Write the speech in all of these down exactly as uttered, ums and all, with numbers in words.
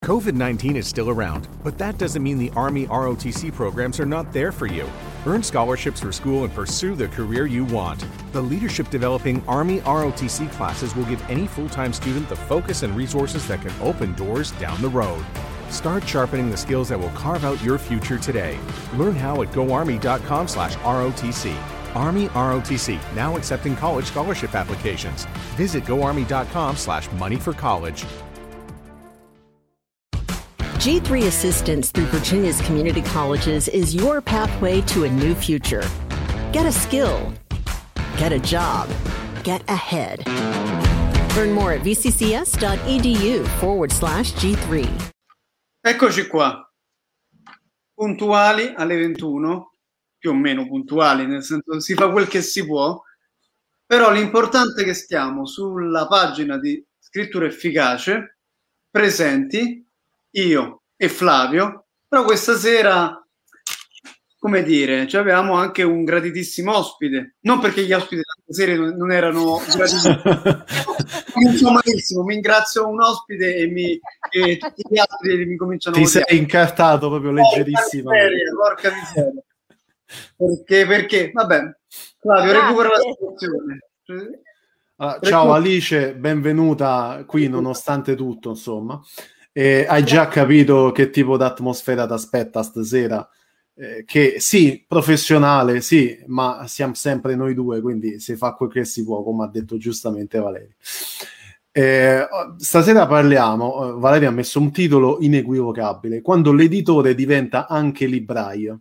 COVID nineteen is still around, but that doesn't mean the Army R O T C programs are not there for you. Earn scholarships for school and pursue the career you want. The Leadership Developing Army R O T C classes will give any full-time student the focus and resources that can open doors down the road. Start sharpening the skills that will carve out your future today. Learn how at goarmy.com slash ROTC. Army R O T C, now accepting college scholarship applications. Visit goarmy.com slash money for college. G three Assistance through Virginia's community colleges is your pathway to a new future. Get a skill. Get a job. Get ahead. Learn more at vccs.edu forward slash G3. Eccoci qua, puntuali alle ventuno, più o meno puntuali, nel senso si fa quel che si può, però l'importante è che stiamo sulla pagina di Scrittura Efficace, presenti, io e Flavio, però questa sera, come dire, cioè avevamo anche un graditissimo ospite, non perché gli ospiti stasera non erano graditissimi, comincio malissimo, mi ingrazio un ospite e, mi, e tutti gli altri mi cominciano ti a odiare. sei incartato proprio leggerissimo. Porca miseria, porca miseria. Perché, perché, vabbè, Flavio, recupera la situazione. Allora, ciao Alice, benvenuta qui nonostante tutto, insomma. Eh, hai già capito che tipo d'atmosfera ti aspetta stasera? Eh, che sì, professionale, sì, ma siamo sempre noi due, quindi si fa quel che si può, come ha detto giustamente Valerio. Eh, stasera parliamo, Valerio ha messo un titolo inequivocabile, quando l'editore diventa anche libraio.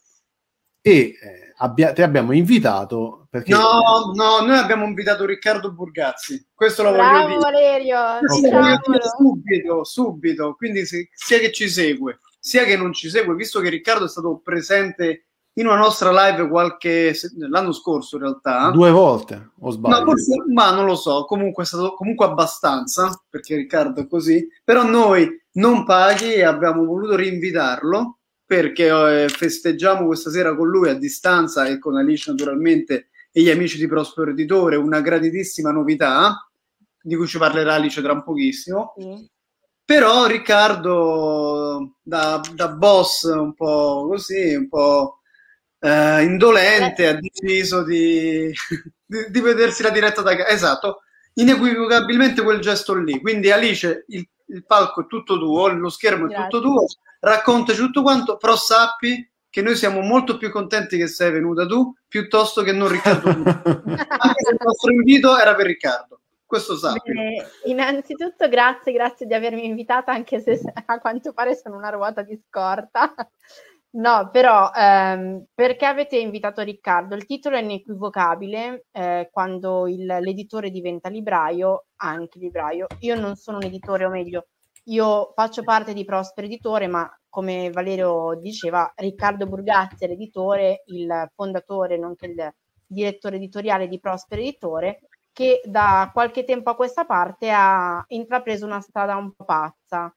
E eh, abbia- ti abbiamo invitato perché... No, no, noi abbiamo invitato Riccardo Burgazzi, questo lo Bravo, voglio dire. Valerio, Questo lo voglio dire subito, subito, quindi se, sia che ci segue, sia che non ci segue, visto che Riccardo è stato presente in una nostra live qualche l'anno scorso in realtà. Due volte, o sbaglio? No, forse, ma non lo so, comunque è stato comunque abbastanza, perché Riccardo è così, però noi non paghi e abbiamo voluto rinvitarlo, perché eh, festeggiamo questa sera con lui a distanza e con Alice naturalmente e gli amici di Prospero Editore una graditissima novità, di cui ci parlerà Alice tra un pochissimo. Mm. Però Riccardo, da, da boss un po' così, un po' eh, indolente, ha deciso di, di, di vedersi la diretta da casa. Esatto, inequivocabilmente quel gesto lì. Quindi Alice, il, il palco è tutto tuo, lo schermo è Grazie. tutto tuo, raccontaci tutto quanto, però sappi che noi siamo molto più contenti che sei venuta tu, piuttosto che non Riccardo. Anche se il nostro invito era per Riccardo. Questo sappi. Bene, innanzitutto grazie, grazie di avermi invitata, anche se a quanto pare sono una ruota di scorta. No, però ehm, perché avete invitato Riccardo? Il titolo è inequivocabile, eh, quando il, l'editore diventa libraio, anche libraio. Io non sono un editore, o meglio, io faccio parte di Prospero Editore, ma come Valerio diceva, Riccardo Burgazzi è l'editore, il fondatore, nonché il direttore editoriale di Prospero Editore, che da qualche tempo a questa parte ha intrapreso una strada un po' pazza.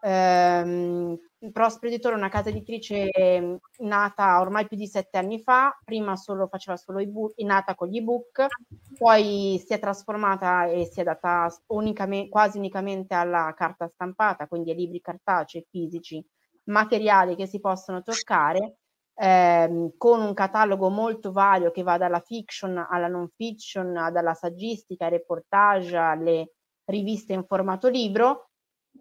Ehm, Prospero Editore è una casa editrice nata ormai più di sette anni fa, prima solo faceva solo ebook, è nata con gli ebook, poi si è trasformata e si è data unicamente, quasi unicamente alla carta stampata, quindi ai libri cartacei, fisici, materiali che si possono toccare, ehm, con un catalogo molto vario che va dalla fiction alla non fiction, dalla saggistica ai reportage alle riviste in formato libro.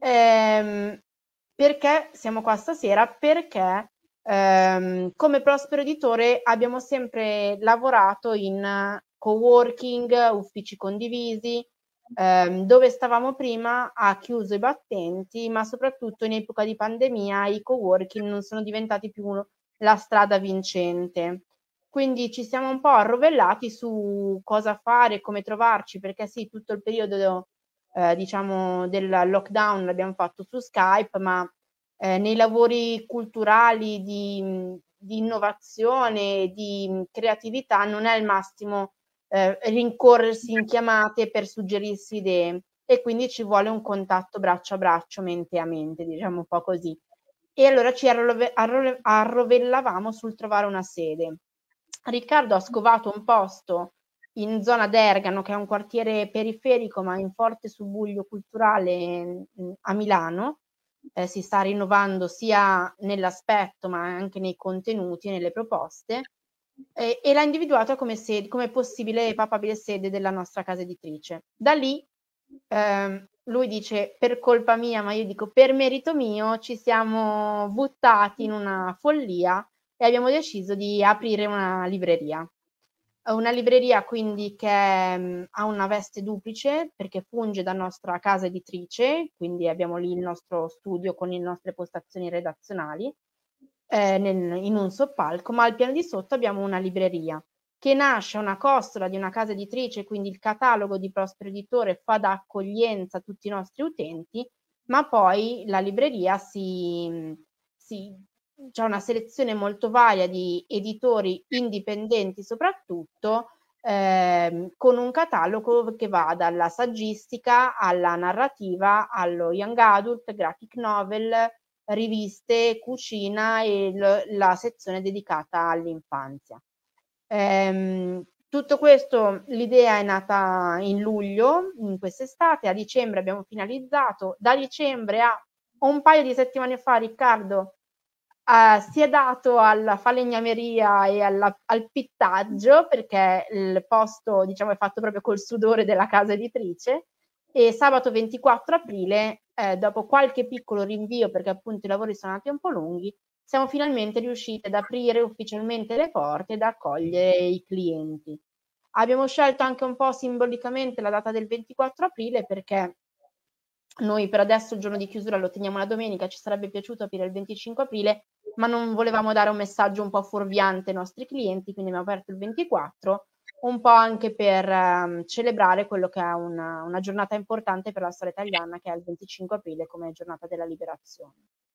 Ehm, perché siamo qua stasera? Perché ehm, come Prospero Editore abbiamo sempre lavorato in coworking, uffici condivisi, ehm, dove stavamo prima ha chiuso i battenti, ma soprattutto in epoca di pandemia i coworking non sono diventati più la strada vincente. Quindi ci siamo un po' arrovellati su cosa fare, come trovarci, perché sì, tutto il periodo Eh, diciamo del lockdown l'abbiamo fatto su Skype, ma eh, nei lavori culturali di, di innovazione, di creatività non è il massimo eh, rincorrersi in chiamate per suggerirsi idee, e quindi ci vuole un contatto braccio a braccio, mente a mente, diciamo un po' così. E allora ci arrove- arrove- arrovellavamo sul trovare una sede. Riccardo ha scovato un posto in zona d'Ergano, che è un quartiere periferico ma in forte subbuglio culturale a Milano, eh, si sta rinnovando sia nell'aspetto ma anche nei contenuti, nelle proposte, eh, e l'ha individuato come, sede, come possibile e papabile sede della nostra casa editrice. Da lì ehm, lui dice per colpa mia, ma io dico per merito mio, ci siamo buttati in una follia e abbiamo deciso di aprire una libreria. Una libreria quindi che mh, ha una veste duplice perché funge da nostra casa editrice, quindi abbiamo lì il nostro studio con le nostre postazioni redazionali eh, nel, in un soppalco, ma al piano di sotto abbiamo una libreria che nasce una costola di una casa editrice, quindi il catalogo di Prospero Editore fa da accoglienza a tutti i nostri utenti, ma poi la libreria si... si c'è una selezione molto varia di editori indipendenti soprattutto, ehm, con un catalogo che va dalla saggistica alla narrativa, allo young adult, graphic novel, riviste, cucina e l- la sezione dedicata all'infanzia. Ehm, tutto questo, l'idea è nata in luglio, in quest'estate, a dicembre abbiamo finalizzato, da dicembre a un paio di settimane fa Riccardo Uh, si è dato alla falegnameria e alla, al pittaggio perché il posto diciamo è fatto proprio col sudore della casa editrice e sabato ventiquattro aprile eh, dopo qualche piccolo rinvio perché appunto i lavori sono andati un po' lunghi siamo finalmente riusciti ad aprire ufficialmente le porte ed accogliere i clienti. Abbiamo scelto anche un po' simbolicamente la data del ventiquattro aprile perché noi per adesso il giorno di chiusura lo teniamo la domenica, ci sarebbe piaciuto aprire il venticinque aprile, ma non volevamo dare un messaggio un po' fuorviante ai nostri clienti, quindi abbiamo aperto il ventiquattro, un po' anche per um, celebrare quello che è una, una giornata importante per la storia italiana, che è il venticinque aprile come giornata della liberazione.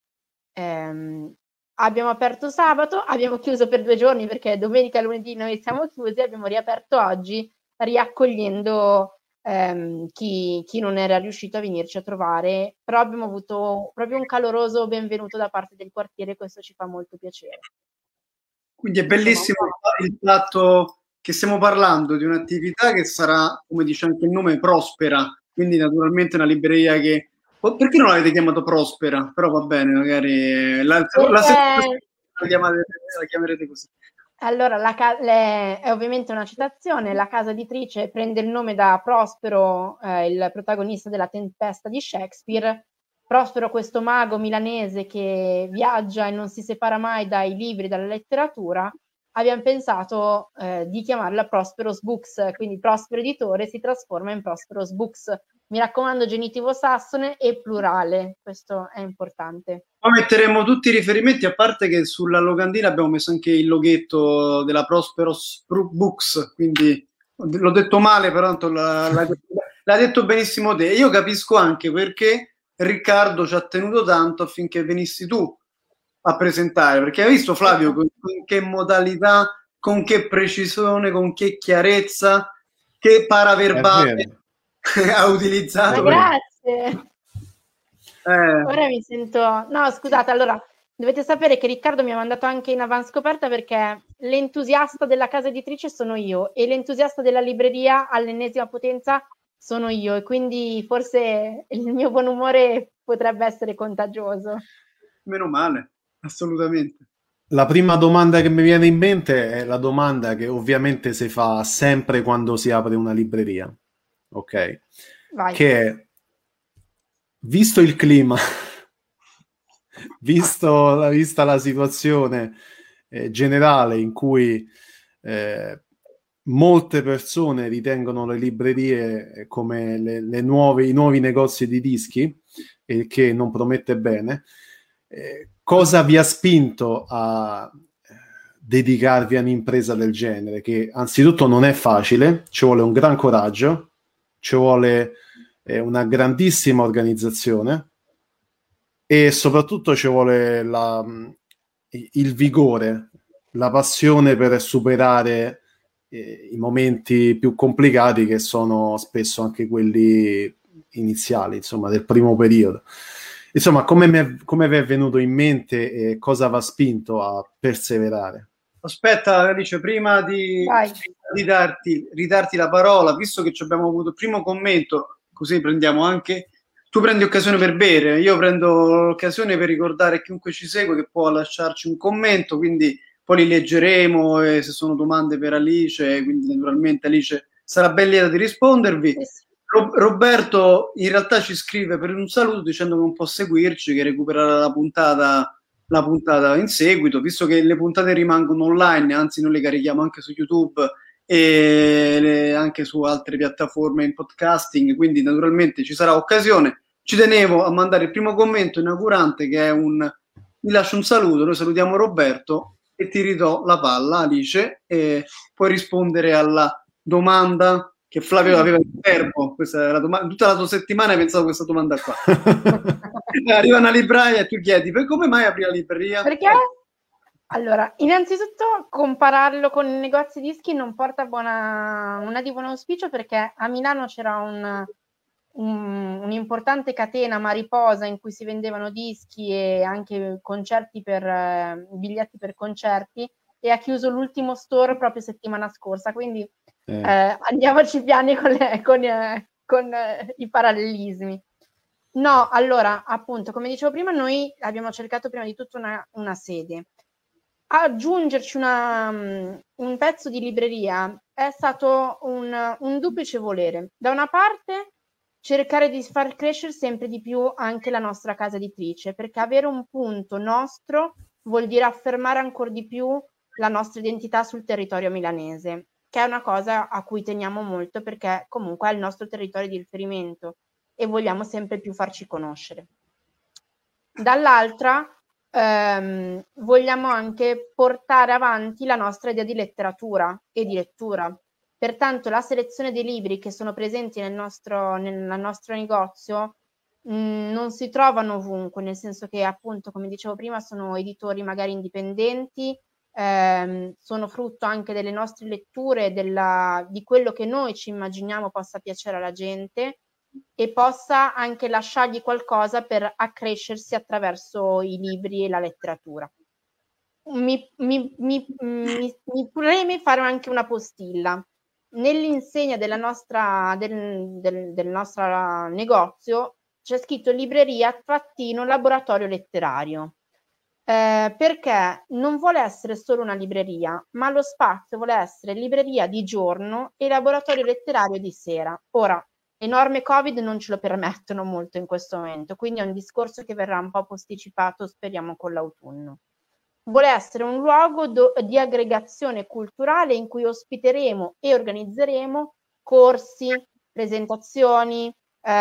Ehm, abbiamo aperto sabato, abbiamo chiuso per due giorni perché domenica e lunedì noi siamo chiusi, abbiamo riaperto oggi riaccogliendo ehm, chi, chi non era riuscito a venirci a trovare, però abbiamo avuto proprio un caloroso benvenuto da parte del quartiere, questo ci fa molto piacere. Quindi è bellissimo il fatto che stiamo parlando di un'attività che sarà, come dice anche il nome, prospera, quindi naturalmente una libreria che... Perché non l'avete chiamato Prospera? Però va bene, magari la, Perché... la, la, chiamate, la chiamerete così. Allora, la ca- le, è ovviamente una citazione, la casa editrice prende il nome da Prospero, eh, il protagonista della Tempesta di Shakespeare. Prospero, questo mago milanese che viaggia e non si separa mai dai libri, dalla letteratura, abbiamo pensato eh, di chiamarla Prospero's Books, quindi Prospero Editore si trasforma in Prospero's Books. Mi raccomando, genitivo sassone e plurale, questo è importante. Poi metteremo tutti i riferimenti, a parte che sulla locandina abbiamo messo anche il loghetto della Prospero's Books, quindi l'ho detto male, però l'ha, l'ha, l'ha detto benissimo te. Io capisco anche perché Riccardo ci ha tenuto tanto affinché venissi tu a presentare, perché hai visto Flavio con, con che modalità, con che precisione, con che chiarezza, che paraverbale ha utilizzato. Ma grazie. Eh. Ora mi sento... No, scusate, allora, dovete sapere che Riccardo mi ha mandato anche in avanscoperta perché l'entusiasta della casa editrice sono io e l'entusiasta della libreria all'ennesima potenza sono io e quindi forse il mio buon umore potrebbe essere contagioso. Meno male, assolutamente. La prima domanda che mi viene in mente è la domanda che ovviamente si fa sempre quando si apre una libreria, ok? Vai. Che è, visto il clima, visto la, vista la situazione eh, generale in cui eh, molte persone ritengono le librerie come le, le nuove, i nuovi negozi di dischi, e che non promette bene, eh, cosa vi ha spinto a eh, dedicarvi a un'impresa del genere? Che anzitutto non è facile, ci vuole un gran coraggio, ci vuole eh, una grandissima organizzazione e soprattutto ci vuole la, il vigore, la passione per superare eh, i momenti più complicati che sono spesso anche quelli iniziali, insomma, del primo periodo. Insomma, come, me, come vi è venuto in mente e cosa vi ha spinto a perseverare? Aspetta, Alice, prima di, di darti, ridarti la parola, visto che ci abbiamo avuto il primo commento, così prendiamo anche tu prendi occasione per bere, io prendo l'occasione per ricordare a chiunque ci segue che può lasciarci un commento, quindi poi li leggeremo e se sono domande per Alice, quindi naturalmente Alice sarà ben lieta di rispondervi. Ro- Roberto in realtà ci scrive per un saluto dicendo che non può seguirci, che recupererà la puntata, la puntata in seguito, visto che le puntate rimangono online, anzi noi le carichiamo anche su YouTube e le, anche su altre piattaforme in podcasting, quindi naturalmente ci sarà occasione. Ci tenevo a mandare il primo commento inaugurante che è un mi lascio un saluto, noi salutiamo Roberto e ti ridò la palla Alice e puoi rispondere alla domanda che Flavio aveva in serbo. Questa è la domanda, tutta la tua settimana hai pensato a questa domanda qua. Arriva una libraia e tu chiedi per come mai apri la libreria? Perché? Allora, innanzitutto compararlo con i negozi dischi non porta buona, una di buon auspicio, perché a Milano c'era un, un, un'importante catena Mariposa in cui si vendevano dischi e anche concerti per eh, biglietti per concerti, e ha chiuso l'ultimo store proprio settimana scorsa, quindi eh. Eh, andiamoci piani con, le, con, eh, con eh, i parallelismi. No, allora, appunto, come dicevo prima, noi abbiamo cercato prima di tutto una, una sede. Aggiungerci una, um, un pezzo di libreria è stato un, un duplice volere. Da una parte cercare di far crescere sempre di più anche la nostra casa editrice, perché avere un punto nostro vuol dire affermare ancora di più la nostra identità sul territorio milanese, che è una cosa a cui teniamo molto, perché comunque è il nostro territorio di riferimento e vogliamo sempre più farci conoscere. Dall'altra ehm, vogliamo anche portare avanti la nostra idea di letteratura e di lettura. Pertanto la selezione dei libri che sono presenti nel nostro, nel, nel nostro negozio mh, non si trovano ovunque, nel senso che appunto, come dicevo prima, sono editori magari indipendenti, ehm, sono frutto anche delle nostre letture, della, di quello che noi ci immaginiamo possa piacere alla gente e possa anche lasciargli qualcosa per accrescersi attraverso i libri e la letteratura. Mi, mi, mi, mi, mi preme fare anche una postilla. Nell'insegna della nostra, del, del, del nostro negozio c'è scritto libreria trattino laboratorio letterario, eh, perché non vuole essere solo una libreria, ma lo spazio vuole essere libreria di giorno e laboratorio letterario di sera. Ora, le norme Covid non ce lo permettono molto in questo momento, quindi è un discorso che verrà un po' posticipato, speriamo con l'autunno. Vuole essere un luogo do- di aggregazione culturale in cui ospiteremo e organizzeremo corsi, presentazioni,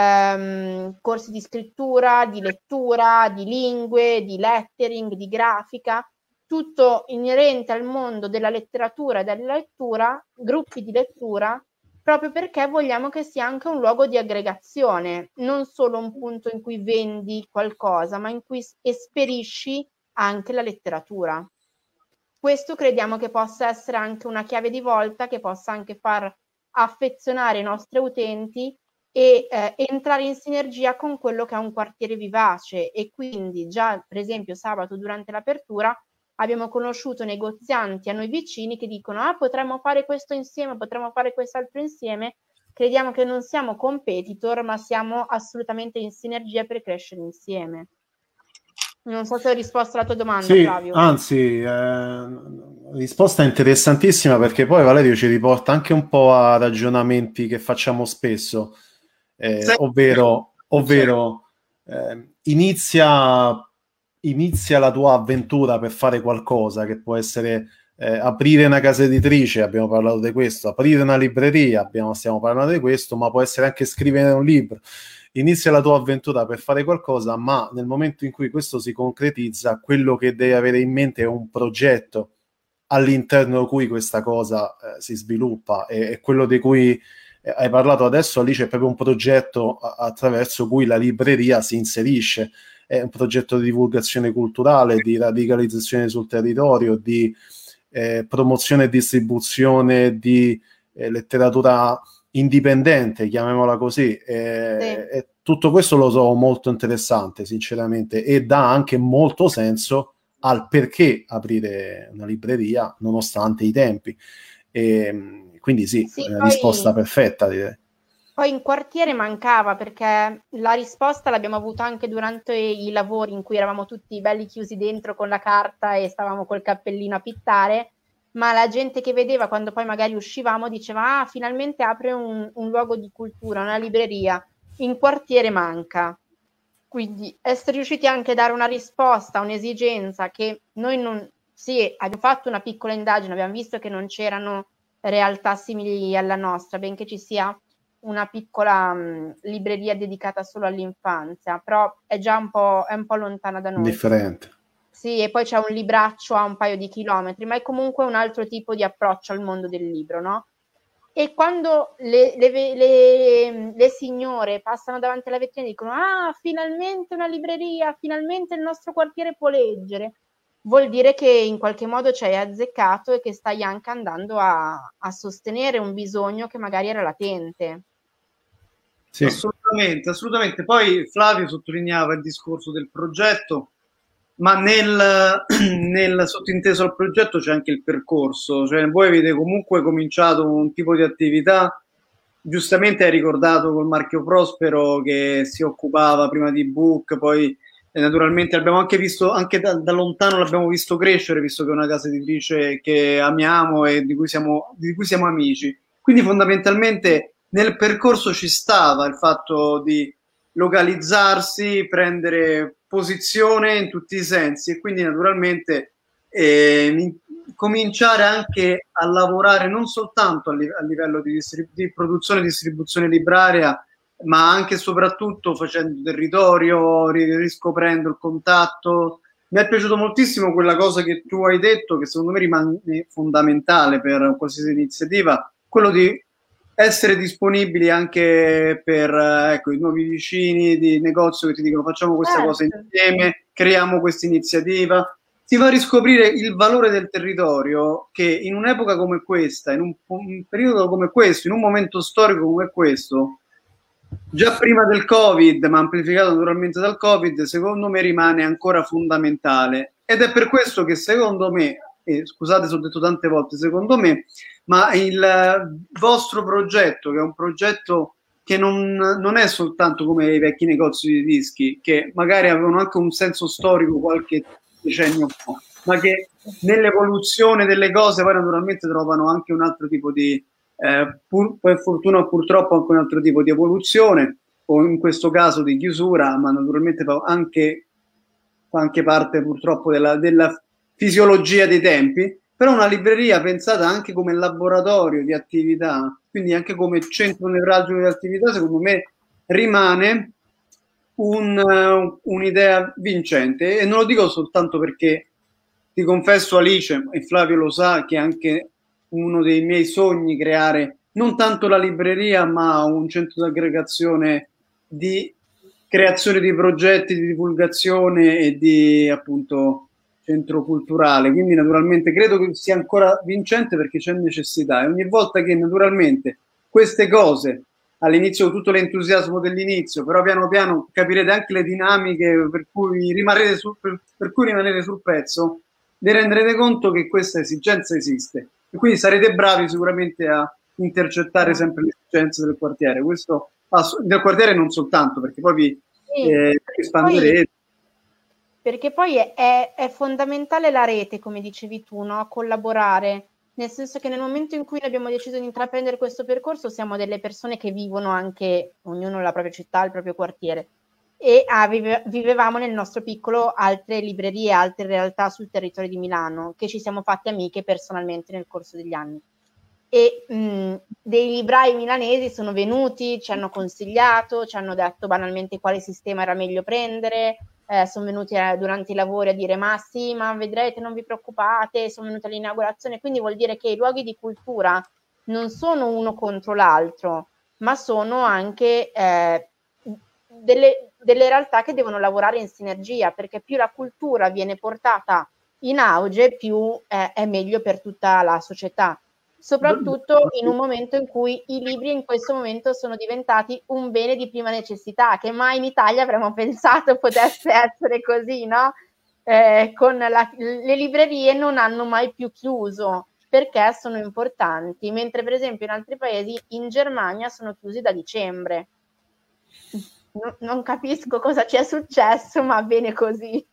ehm, corsi di scrittura, di lettura, di lingue, di lettering, di grafica, tutto inerente al mondo della letteratura e della lettura, gruppi di lettura, proprio perché vogliamo che sia anche un luogo di aggregazione, non solo un punto in cui vendi qualcosa, ma in cui esperisci anche la letteratura. Questo crediamo che possa essere anche una chiave di volta che possa anche far affezionare i nostri utenti e eh, entrare in sinergia con quello che è un quartiere vivace, e quindi già per esempio sabato durante l'apertura abbiamo conosciuto negozianti a noi vicini che dicono ah potremmo fare questo insieme, potremmo fare quest'altro insieme. Crediamo che non siamo competitor, ma siamo assolutamente in sinergia per crescere insieme. Non so se ho risposto alla tua domanda, sì, Flavio. Anzi, eh, risposta interessantissima, perché poi Valerio ci riporta anche un po' a ragionamenti che facciamo spesso, eh, sì. ovvero, ovvero eh, inizia, inizia la tua avventura per fare qualcosa, che può essere eh, aprire una casa editrice, abbiamo parlato di questo, aprire una libreria, abbiamo, stiamo parlando di questo, ma può essere anche scrivere un libro. Inizia la tua avventura per fare qualcosa, ma nel momento in cui questo si concretizza, quello che devi avere in mente è un progetto all'interno di cui questa cosa eh, si sviluppa, e, e quello di cui eh, hai parlato adesso, Alice, è proprio un progetto a- attraverso cui la libreria si inserisce. È un progetto di divulgazione culturale, di radicalizzazione sul territorio, di eh, promozione e distribuzione di eh, letteratura indipendente, chiamiamola così, e, sì. e tutto questo lo trovo molto interessante, sinceramente, e dà anche molto senso al perché aprire una libreria nonostante i tempi, e quindi sì, sì una poi, risposta perfetta, direi. poi in quartiere mancava, perché la risposta l'abbiamo avuta anche durante i lavori in cui eravamo tutti belli chiusi dentro con la carta e stavamo col cappellino a pittare, ma la gente che vedeva quando poi magari uscivamo diceva ah, finalmente apre un, un luogo di cultura, una libreria, in quartiere manca. Quindi essere riusciti anche a dare una risposta a un'esigenza che noi non... Sì, abbiamo fatto una piccola indagine, abbiamo visto che non c'erano realtà simili alla nostra, benché ci sia una piccola mh, libreria dedicata solo all'infanzia, però è già un po', è un po' lontana da noi. Differente. Sì, e poi c'è un libraccio a un paio di chilometri, ma è comunque un altro tipo di approccio al mondo del libro, no? E quando le, le, le, le signore passano davanti alla vetrina e dicono ah, finalmente una libreria, finalmente il nostro quartiere può leggere, vuol dire che in qualche modo ci hai azzeccato e che stai anche andando a, a sostenere un bisogno che magari era latente. Sì. Assolutamente, assolutamente. Poi Flavio sottolineava il discorso del progetto, ma nel, nel sottinteso al progetto c'è anche il percorso, cioè voi avete comunque cominciato un tipo di attività, giustamente hai ricordato col marchio Prospero che si occupava prima di book, poi eh, naturalmente abbiamo anche visto, anche da, da lontano l'abbiamo visto crescere, visto che è una casa editrice che amiamo e di cui siamo, di cui siamo amici, quindi fondamentalmente nel percorso ci stava il fatto di localizzarsi, prendere posizione in tutti i sensi e quindi naturalmente eh, cominciare anche a lavorare non soltanto a, li a livello di, di produzione e distribuzione libraria, ma anche e soprattutto facendo territorio, riscoprendo il contatto. Mi è piaciuto moltissimo quella cosa che tu hai detto, che secondo me rimane fondamentale per qualsiasi iniziativa, quello di essere disponibili anche per ecco, i nuovi vicini di negozio che ti dicono facciamo questa certo. cosa insieme, creiamo questa iniziativa. Si va a riscoprire il valore del territorio che in un'epoca come questa, in un, un periodo come questo, in un momento storico come questo, già prima del Covid, ma amplificato naturalmente dal Covid, secondo me rimane ancora fondamentale. Ed è per questo che secondo me, e scusate se ho detto tante volte secondo me, ma il vostro progetto, che è un progetto che non, non è soltanto come i vecchi negozi di dischi, che magari avevano anche un senso storico qualche decennio fa, ma che nell'evoluzione delle cose poi naturalmente trovano anche un altro tipo di, eh, pur, per fortuna o purtroppo anche un altro tipo di evoluzione, o in questo caso di chiusura, ma naturalmente fa anche, fa anche parte purtroppo della, della fisiologia dei tempi. Però una libreria pensata anche come laboratorio di attività, quindi anche come centro nevralgico di attività, secondo me rimane un, uh, un'idea vincente. E non lo dico soltanto perché ti confesso, Alice, e Flavio lo sa, che è anche uno dei miei sogni creare non tanto la libreria, ma un centro di aggregazione di creazione di progetti, di divulgazione e di appunto centro culturale, quindi naturalmente credo che sia ancora vincente perché c'è necessità e ogni volta che naturalmente queste cose all'inizio tutto l'entusiasmo dell'inizio, però piano piano capirete anche le dinamiche per cui rimarrete sul, per, per cui rimanere sul pezzo, vi renderete conto che questa esigenza esiste e quindi sarete bravi sicuramente a intercettare sempre le esigenze del quartiere, questo del quartiere non soltanto perché poi vi sì, eh, espanderete. Poi... Perché poi è, è, è fondamentale la rete, come dicevi tu, no? Collaborare, nel senso che nel momento in cui abbiamo deciso di intraprendere questo percorso siamo delle persone che vivono anche, ognuno nella propria città, il proprio quartiere, e ah, vive, vivevamo nel nostro piccolo altre librerie, altre realtà sul territorio di Milano, che ci siamo fatte amiche personalmente nel corso degli anni. E mh, dei librai milanesi sono venuti, ci hanno consigliato, ci hanno detto banalmente quale sistema era meglio prendere, eh, sono venuti eh, durante i lavori a dire ma sì, ma vedrete, non vi preoccupate, sono venuti all'inaugurazione, quindi vuol dire che i luoghi di cultura non sono uno contro l'altro, ma sono anche eh, delle, delle realtà che devono lavorare in sinergia, perché più la cultura viene portata in auge, più eh, è meglio per tutta la società. Soprattutto in un momento in cui i libri in questo momento sono diventati un bene di prima necessità, che mai in Italia avremmo pensato potesse essere così, no? Eh, con la, le librerie non hanno mai più chiuso perché sono importanti, mentre per esempio in altri paesi, in Germania, sono chiusi da dicembre. No, non capisco cosa ci è successo, ma bene così.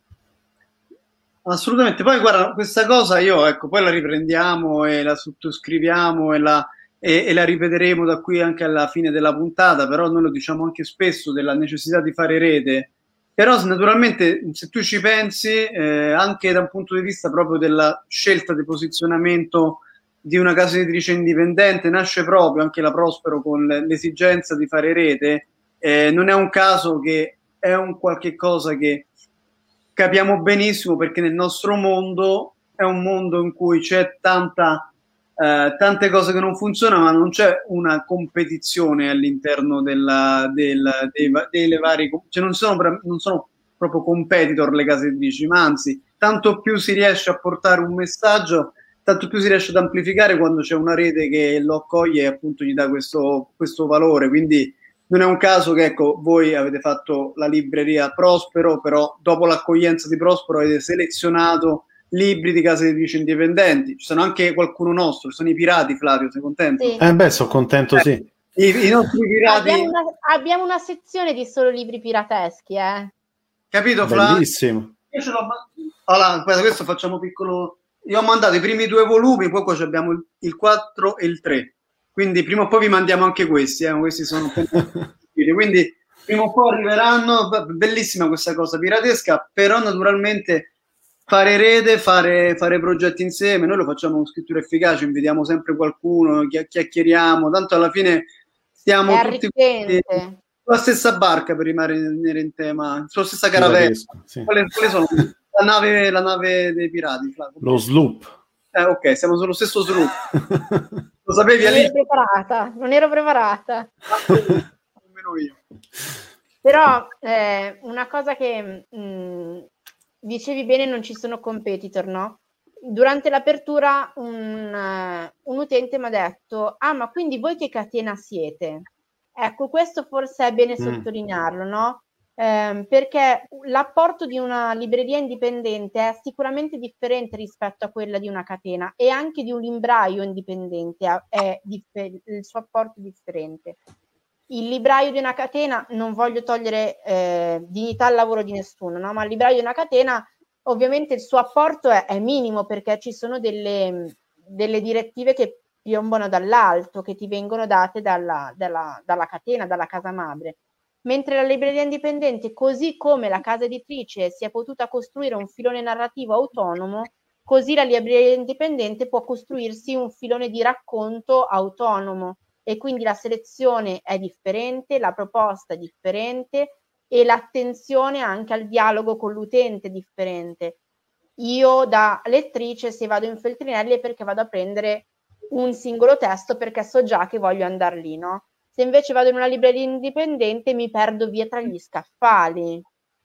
Assolutamente. Poi guarda, questa cosa io, ecco, poi la riprendiamo e la sottoscriviamo e la, e, e la ripeteremo da qui anche alla fine della puntata, però noi lo diciamo anche spesso della necessità di fare rete. Però naturalmente se tu ci pensi, eh, anche da un punto di vista proprio della scelta di posizionamento di una casa editrice indipendente, nasce proprio anche la Prospero con l'esigenza di fare rete. Eh, non è un caso che è un qualche cosa che capiamo benissimo, perché nel nostro mondo è un mondo in cui c'è tanta, eh, tante cose che non funzionano, ma non c'è una competizione all'interno della, della, dei, delle varie, cioè non sono, non sono proprio competitor le case editrici, ma anzi, tanto più si riesce a portare un messaggio, tanto più si riesce ad amplificare quando c'è una rete che lo accoglie e appunto gli dà questo, questo valore. Quindi non è un caso che, ecco, voi avete fatto la libreria Prospero, però dopo l'accoglienza di Prospero avete selezionato libri di case editrici indipendenti. Ci sono anche qualcuno nostro, sono i pirati. Flavio, sei contento? Sì. Eh beh, sono contento, eh, sì. I, i nostri pirati... Abbiamo una, abbiamo una sezione di solo libri pirateschi, eh? Capito, Flavio? Bellissimo. Io ce l'ho... Allora, aspetta, questo facciamo piccolo... Io ho mandato i primi due volumi, poi qua abbiamo il, il quattro e il tre. Quindi prima o poi vi mandiamo anche questi, eh? Questi sono quindi prima o poi arriveranno. Bellissima questa cosa piratesca, però naturalmente fare rete, fare, fare progetti insieme, noi lo facciamo con Scrittura Efficace, invitiamo sempre qualcuno, chiacchieriamo, tanto alla fine stiamo È tutti sulla stessa barca, per rimanere in tema, sulla stessa caravella. Sì. Quali, quali sono? La nave, la nave dei pirati, Flavio. Lo sloop. Eh, ok, siamo sullo stesso sloop. Lo sapevi, non Alice? ero preparata, non ero preparata. Nemmeno io. Però eh, una cosa che mh, dicevi bene, non ci sono competitor, no? Durante l'apertura un, uh, un utente mi ha detto: ah, ma quindi voi che catena siete? Ecco, questo forse è bene mm. sottolinearlo, no? Eh, perché l'apporto di una libreria indipendente è sicuramente differente rispetto a quella di una catena, e anche di un libraio indipendente è differ- il suo apporto è differente. Il libraio di una catena, non voglio togliere eh, dignità al lavoro di nessuno, no? Ma il libraio di una catena ovviamente il suo apporto è, è minimo, perché ci sono delle, delle direttive che piombono dall'alto, che ti vengono date dalla, dalla, dalla catena, dalla casa madre. Mentre la libreria indipendente, così come la casa editrice si è potuta costruire un filone narrativo autonomo, così la libreria indipendente può costruirsi un filone di racconto autonomo, e quindi la selezione è differente, la proposta è differente e l'attenzione anche al dialogo con l'utente è differente. Io da lettrice, se vado in Feltrinelli è perché vado a prendere un singolo testo, perché so già che voglio andare lì, no? Se invece vado in una libreria indipendente mi perdo via tra gli scaffali.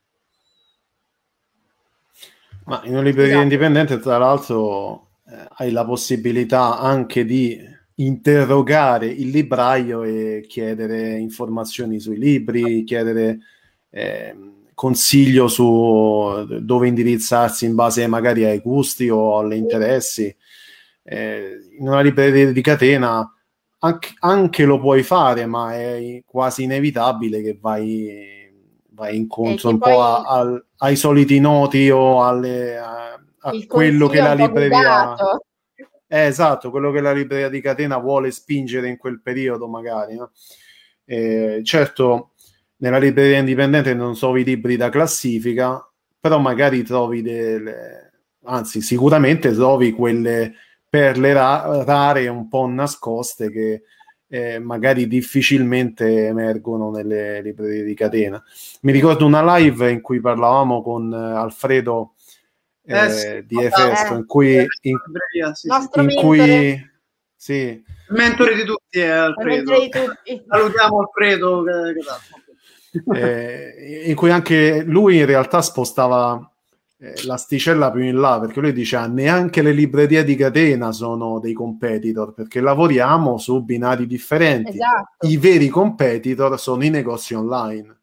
Ma in una libreria esatto. indipendente, tra l'altro, eh, hai la possibilità anche di interrogare il libraio e chiedere informazioni sui libri, chiedere eh, consiglio su dove indirizzarsi in base magari ai gusti o agli interessi. Eh, in una libreria di catena anche, anche lo puoi fare, ma è quasi inevitabile che vai, vai incontro un po' a, a, ai soliti noti o alle, a, a quello che la libreria eh, esatto, quello che la libreria di catena vuole spingere in quel periodo magari, no? Eh, certo, nella libreria indipendente non trovi libri da classifica, però magari trovi delle, anzi sicuramente trovi quelle perle ra- rare un po' nascoste che eh, magari difficilmente emergono nelle librerie di catena. Mi ricordo una live in cui parlavamo con eh, Alfredo eh, eh, sì, di Efesto, eh, in cui in, sì, in cui sì. Il mentore di tutti è Alfredo. Di tutti. Salutiamo Alfredo che, eh, in cui anche lui in realtà spostava l'asticella più in là, perché lui dice ah, neanche le librerie di catena sono dei competitor, perché lavoriamo su binari differenti. Esatto. I veri competitor sono i negozi online.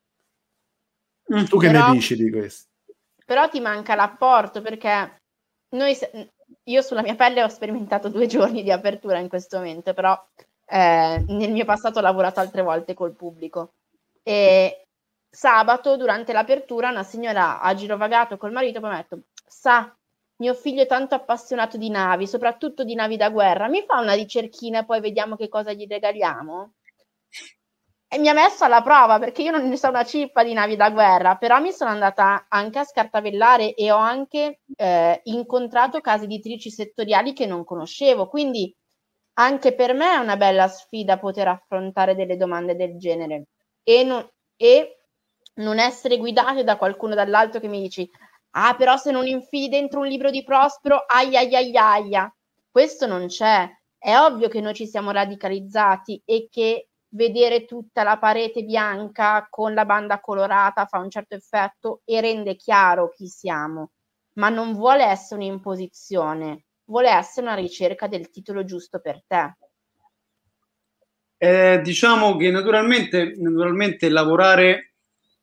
Mm, tu che però, ne dici di questo? Però ti manca l'apporto, perché noi, io sulla mia pelle ho sperimentato due giorni di apertura in questo momento, però eh, nel mio passato ho lavorato altre volte col pubblico. E sabato, durante l'apertura, una signora ha girovagato col marito e poi mi ha detto: sa, mio figlio è tanto appassionato di navi, soprattutto di navi da guerra, mi fa una ricerchina e poi vediamo che cosa gli regaliamo? E mi ha messo alla prova, perché io non ne so una cippa di navi da guerra, però mi sono andata anche a scartabellare e ho anche eh, incontrato case editrici settoriali che non conoscevo, quindi anche per me è una bella sfida poter affrontare delle domande del genere e non, e non essere guidate da qualcuno dall'alto che mi dici: ah, però se non infili dentro un libro di Prospero, aia aia aia aia. Questo non c'è. È ovvio che noi ci siamo radicalizzati e che vedere tutta la parete bianca con la banda colorata fa un certo effetto e rende chiaro chi siamo, ma non vuole essere un'imposizione, vuole essere una ricerca del titolo giusto per te. Eh, diciamo che naturalmente, naturalmente lavorare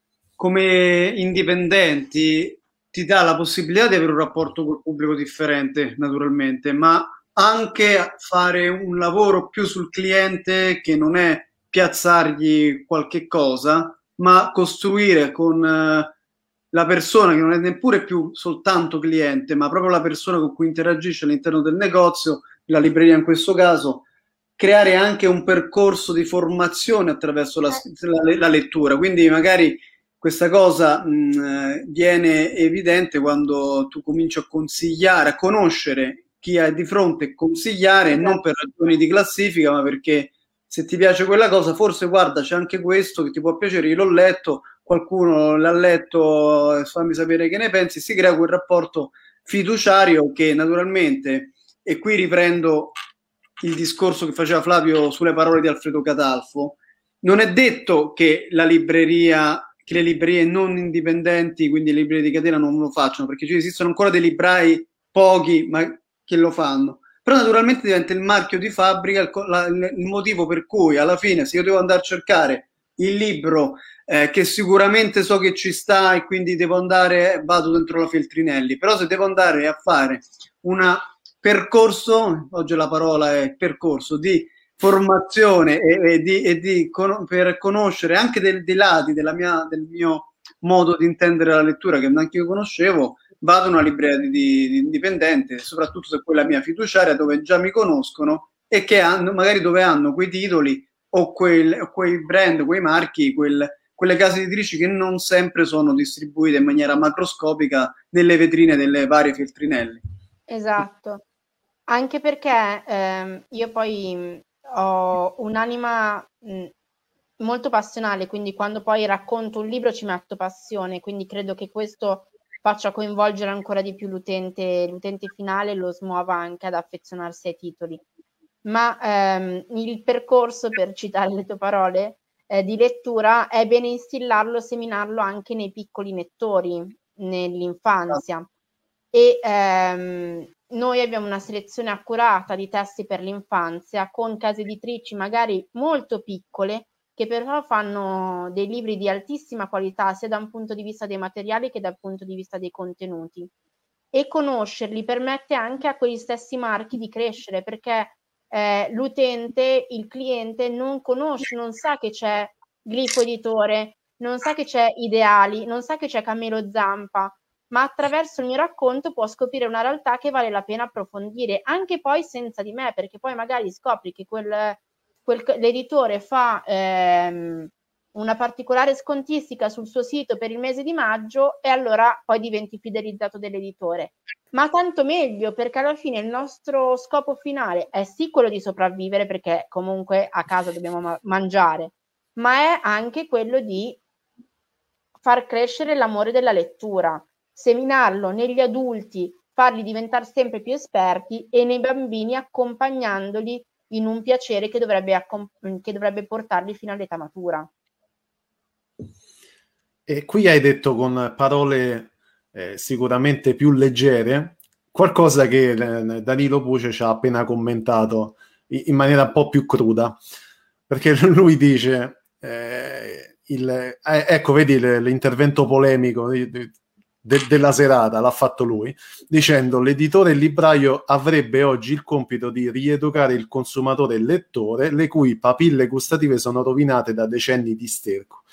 come indipendenti ti dà la possibilità di avere un rapporto col pubblico differente, naturalmente, ma anche fare un lavoro più sul cliente, che non è piazzargli qualche cosa, ma costruire con eh, la persona, che non è neppure più soltanto cliente, ma proprio la persona con cui interagisce all'interno del negozio, la libreria in questo caso, creare anche un percorso di formazione attraverso la, la, la lettura. Quindi magari questa cosa mh, viene evidente quando tu cominci a consigliare, a conoscere chi hai di fronte e consigliare, esatto. Non per ragioni di classifica, ma perché se ti piace quella cosa, forse guarda, c'è anche questo che ti può piacere, io l'ho letto, qualcuno l'ha letto, fammi sapere che ne pensi, si crea quel rapporto fiduciario che naturalmente, e qui riprendo il discorso che faceva Flavio sulle parole di Alfredo Catalfo, non è detto che la libreria, che le librerie non indipendenti, quindi le librerie di catena, non lo facciano, perché ci esistono ancora dei librai, pochi, ma che lo fanno. Però naturalmente diventa il marchio di fabbrica, il, la, il motivo per cui alla fine, se io devo andare a cercare il libro eh, che sicuramente so che ci sta e quindi devo andare, vado dentro la Feltrinelli, però se devo andare a fare un percorso, oggi la parola è percorso, di formazione e, e di, e di con, per conoscere anche del, dei lati della mia, del mio modo di intendere la lettura, che neanche io conoscevo, vado in una libreria di, di, di indipendente, soprattutto se quella mia fiduciaria, dove già mi conoscono e che hanno, magari dove hanno quei titoli o, quel, o quei brand, quei marchi, quel, quelle case editrici che non sempre sono distribuite in maniera macroscopica nelle vetrine delle varie Feltrinelli. Esatto, anche perché ehm, io poi ho un'anima mh, molto passionale, quindi quando poi racconto un libro ci metto passione, quindi credo che questo faccia coinvolgere ancora di più l'utente, l'utente finale, lo smuova anche ad affezionarsi ai titoli. Ma ehm, il percorso, per citare le tue parole, eh, di lettura è bene instillarlo, seminarlo anche nei piccoli lettori, nell'infanzia. E ehm, noi abbiamo una selezione accurata di testi per l'infanzia con case editrici magari molto piccole, che però fanno dei libri di altissima qualità sia da un punto di vista dei materiali che dal punto di vista dei contenuti, e conoscerli permette anche a quegli stessi marchi di crescere, perché eh, l'utente, il cliente non conosce, non sa che c'è Glifo Editore, non sa che c'è Ideali, non sa che c'è Camelo Zampa, ma attraverso il mio racconto può scoprire una realtà che vale la pena approfondire, anche poi senza di me, perché poi magari scopri che quel Quel, l'editore fa ehm, una particolare scontistica sul suo sito per il mese di maggio e allora poi diventi fidelizzato dell'editore. Ma tanto meglio, perché alla fine il nostro scopo finale è sì quello di sopravvivere, perché comunque a casa dobbiamo ma- mangiare, ma è anche quello di far crescere l'amore della lettura, seminarlo negli adulti, farli diventare sempre più esperti, e nei bambini accompagnandoli in un piacere che dovrebbe, accom- che dovrebbe portarli fino all'età matura. E qui hai detto con parole eh, sicuramente più leggere qualcosa che eh, Danilo Puce ci ha appena commentato in, in maniera un po' più cruda, perché lui dice eh, il, eh, ecco, vedi l'intervento polemico, de- della serata, l'ha fatto lui, dicendo: l'editore e il libraio avrebbe oggi il compito di rieducare il consumatore e il lettore, le cui papille gustative sono rovinate da decenni di sterco.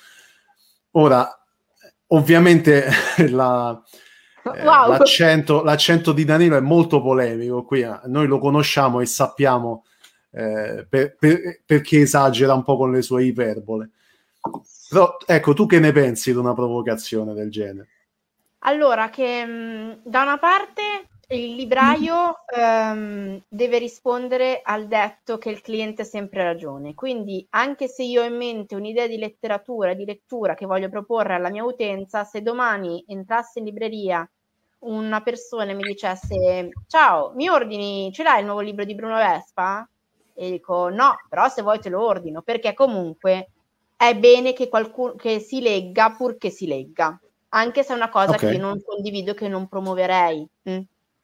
Ora, ovviamente la, eh, Wow. l'accento, l'accento di Danilo è molto polemico qui, eh. Noi lo conosciamo e sappiamo eh, per, per, perché esagera un po' con le sue iperbole. Però ecco, tu che ne pensi di una provocazione del genere? Allora, che mh, da una parte il libraio ehm, deve rispondere al detto che il cliente ha sempre ragione, quindi anche se io ho in mente un'idea di letteratura, di lettura che voglio proporre alla mia utenza, se domani entrasse in libreria una persona e mi dicesse: ciao, mi ordini, ce l'hai il nuovo libro di Bruno Vespa? E dico: no, però se vuoi te lo ordino, perché comunque è bene che qualcuno che si legga purché si legga, anche se è una cosa Okay. che io non condivido e che non promuoverei. Mm.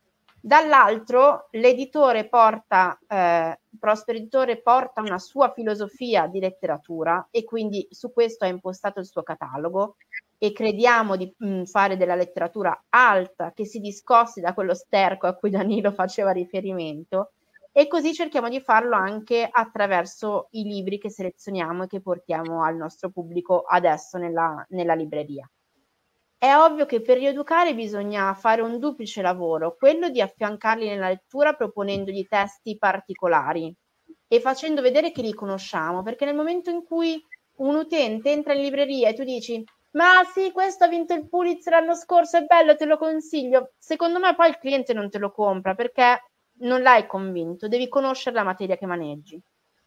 Dall'altro, l'editore porta, eh, Prosper Editore porta una sua filosofia di letteratura e quindi su questo ha impostato il suo catalogo e crediamo di mh, fare della letteratura alta, che si discosti da quello sterco a cui Danilo faceva riferimento, e così cerchiamo di farlo anche attraverso i libri che selezioniamo e che portiamo al nostro pubblico adesso nella, nella libreria. È ovvio che per rieducare bisogna fare un duplice lavoro, quello di affiancarli nella lettura proponendogli testi particolari e facendo vedere che li conosciamo, perché nel momento in cui un utente entra in libreria e tu dici: ma sì, questo ha vinto il Pulitzer l'anno scorso, è bello, te lo consiglio, secondo me poi il cliente non te lo compra perché non l'hai convinto, devi conoscere la materia che maneggi.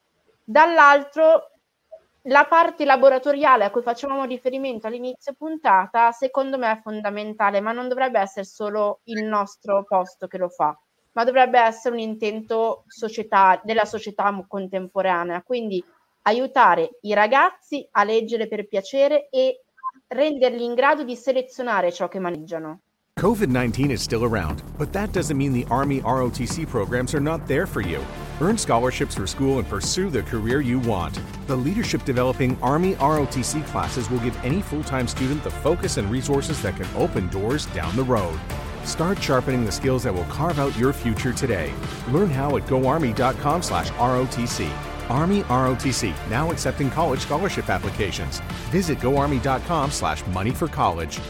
Dall'altro, la parte laboratoriale a cui facevamo riferimento all'inizio puntata, secondo me è fondamentale, ma non dovrebbe essere solo il nostro posto che lo fa, ma dovrebbe essere un intento società, della società contemporanea, quindi aiutare i ragazzi a leggere per piacere e renderli in grado di selezionare ciò che maneggiano. COVID nineteen is still around, but that doesn't mean the Army R O T C programs are not there for you. Earn scholarships for school and pursue the career you want. The Leadership Developing Army R O T C classes will give any full-time student the focus and resources that can open doors down the road. Start sharpening the skills that will carve out your future today. Learn how at goarmy.com slash ROTC. Army R O T C, now accepting college scholarship applications. Visit goarmy.com slash money for college.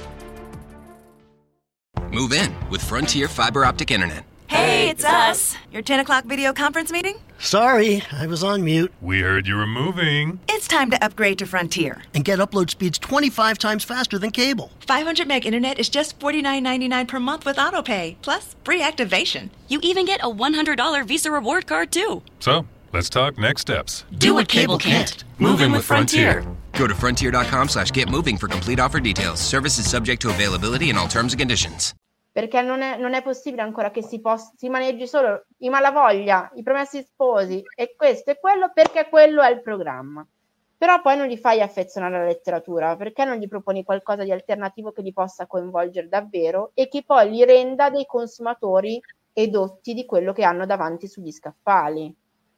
Move in with Frontier Fiber Optic Internet. Hey, it's us. Your ten o'clock video conference meeting? Sorry, I was on mute. We heard you were moving. It's time to upgrade to Frontier. And get upload speeds twenty-five times faster than cable. five hundred meg internet is just forty-nine ninety-nine per month with autopay, plus free activation. You even get a one hundred dollars Visa reward card, too. So, let's talk next steps. Do what cable can't. Move in with Frontier. Go to frontier.com slash get moving for complete offer details. Services subject to availability and all terms and conditions. Perché non è, non è possibile ancora che si, possa, si maneggi solo i malavoglia, i promessi sposi e questo e quello, perché quello è il programma. Però poi non li fai affezionare alla letteratura, perché non gli proponi qualcosa di alternativo che li possa coinvolgere davvero e che poi li renda dei consumatori edotti di quello che hanno davanti sugli scaffali.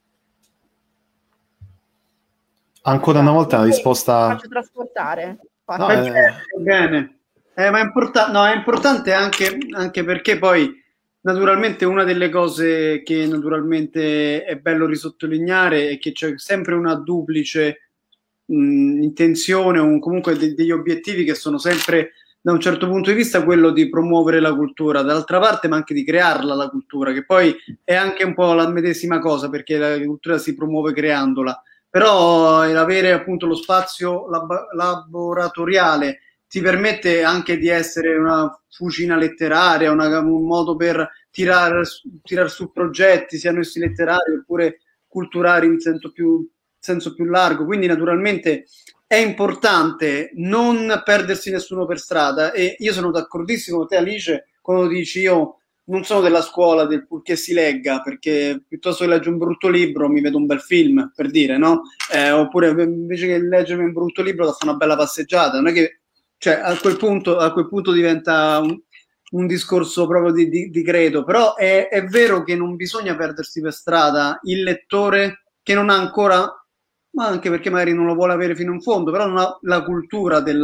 Ancora una volta la risposta... Faccio trasportare. No, Eh, eh, Bene. Eh, ma è, importa- no, è importante anche, anche perché poi naturalmente una delle cose che naturalmente è bello risottolineare è che c'è sempre una duplice mh, intenzione o comunque de- degli obiettivi che sono sempre da un certo punto di vista quello di promuovere la cultura, dall'altra parte ma anche di crearla la cultura, che poi è anche un po' la medesima cosa perché la cultura si promuove creandola, però l'avere appunto lo spazio lab- laboratoriale ti permette anche di essere una fucina letteraria, una, un modo per tirare tirar su progetti, siano essi letterari oppure culturali in senso più, senso più largo. Quindi naturalmente è importante non perdersi nessuno per strada e io sono d'accordissimo con te Alice quando dici io non sono della scuola del purché si legga, perché piuttosto che leggere un brutto libro mi vedo un bel film, per dire, no? Eh, oppure invece che leggermi un brutto libro da fare una bella passeggiata, non è che cioè a quel punto, a quel punto diventa un, un discorso proprio di, di, di credo, però è, è vero che non bisogna perdersi per strada il lettore che non ha ancora, ma anche perché magari non lo vuole avere fino in fondo, però non ha la cultura della,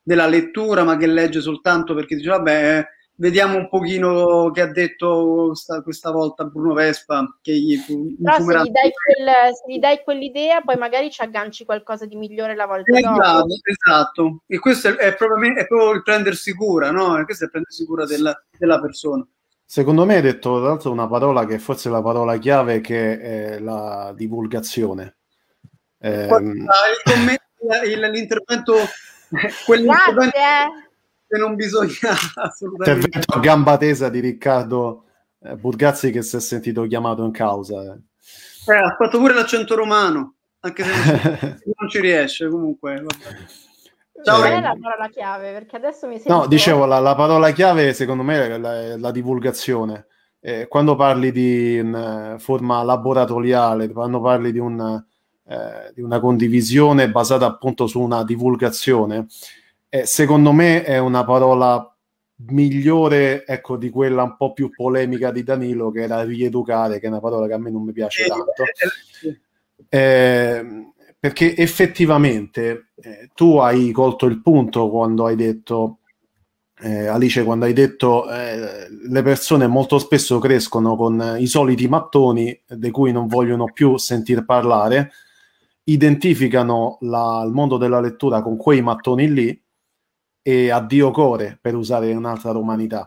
della lettura, ma che legge soltanto perché dice vabbè, eh, vediamo un pochino che ha detto sta, questa volta Bruno Vespa, che gli fu, però se gli, dai quel, se gli dai quell'idea poi magari ci agganci qualcosa di migliore la volta esatto, dopo. Esatto, e questo è, è, proprio, è proprio il prendersi cura, no? Questo è il prendersi cura della, della persona. Secondo me hai detto tra l'altro una parola che forse è la parola chiave, che è la divulgazione. Eh, il commento, il, l'intervento, quell'intervento che non bisogna assolutamente. Intervento a gamba tesa di Riccardo eh, Burgazzi, che si è sentito chiamato in causa. Eh. Eh, ha fatto pure l'accento romano, anche se non, non ci riesce comunque. Vabbè. Ciao, qual è la parola chiave? Perché adesso mi sento... No, dicevo, la, la parola chiave secondo me è la, la divulgazione. Eh, quando parli di una forma laboratoriale, quando parli di, un, eh, di una condivisione basata appunto su una divulgazione, eh, secondo me è una parola migliore, ecco, di quella un po' più polemica di Danilo, che era rieducare, che è una parola che a me non mi piace tanto. Eh, perché effettivamente eh, tu hai colto il punto quando hai detto, eh, Alice, quando hai detto eh, le persone molto spesso crescono con i soliti mattoni di cui non vogliono più sentir parlare, identificano la, il mondo della lettura con quei mattoni lì e addio core, per usare un'altra romanità.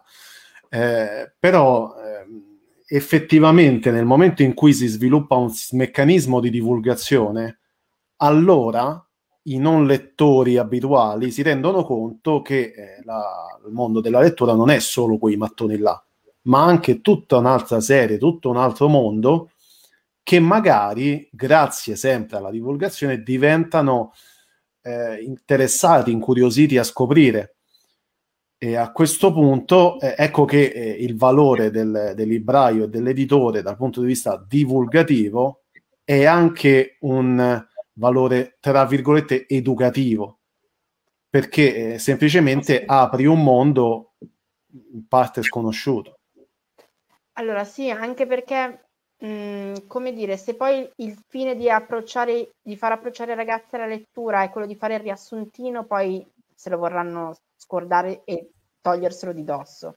Eh, però eh, effettivamente nel momento in cui si sviluppa un meccanismo di divulgazione, allora i non lettori abituali si rendono conto che eh, la, il mondo della lettura non è solo quei mattoni là, ma anche tutta un'altra serie, tutto un altro mondo che magari, grazie sempre alla divulgazione, diventano eh, interessati, incuriositi a scoprire. E a questo punto eh, ecco che eh, il valore del, del libraio e dell'editore dal punto di vista divulgativo è anche un valore, tra virgolette, educativo, perché eh, semplicemente apri un mondo in parte sconosciuto. Allora sì, anche perché, mh, come dire, se poi il fine di approcciare, di far approcciare i ragazzi alla lettura è quello di fare il riassuntino, poi se lo vorranno scordare e toglierselo di dosso.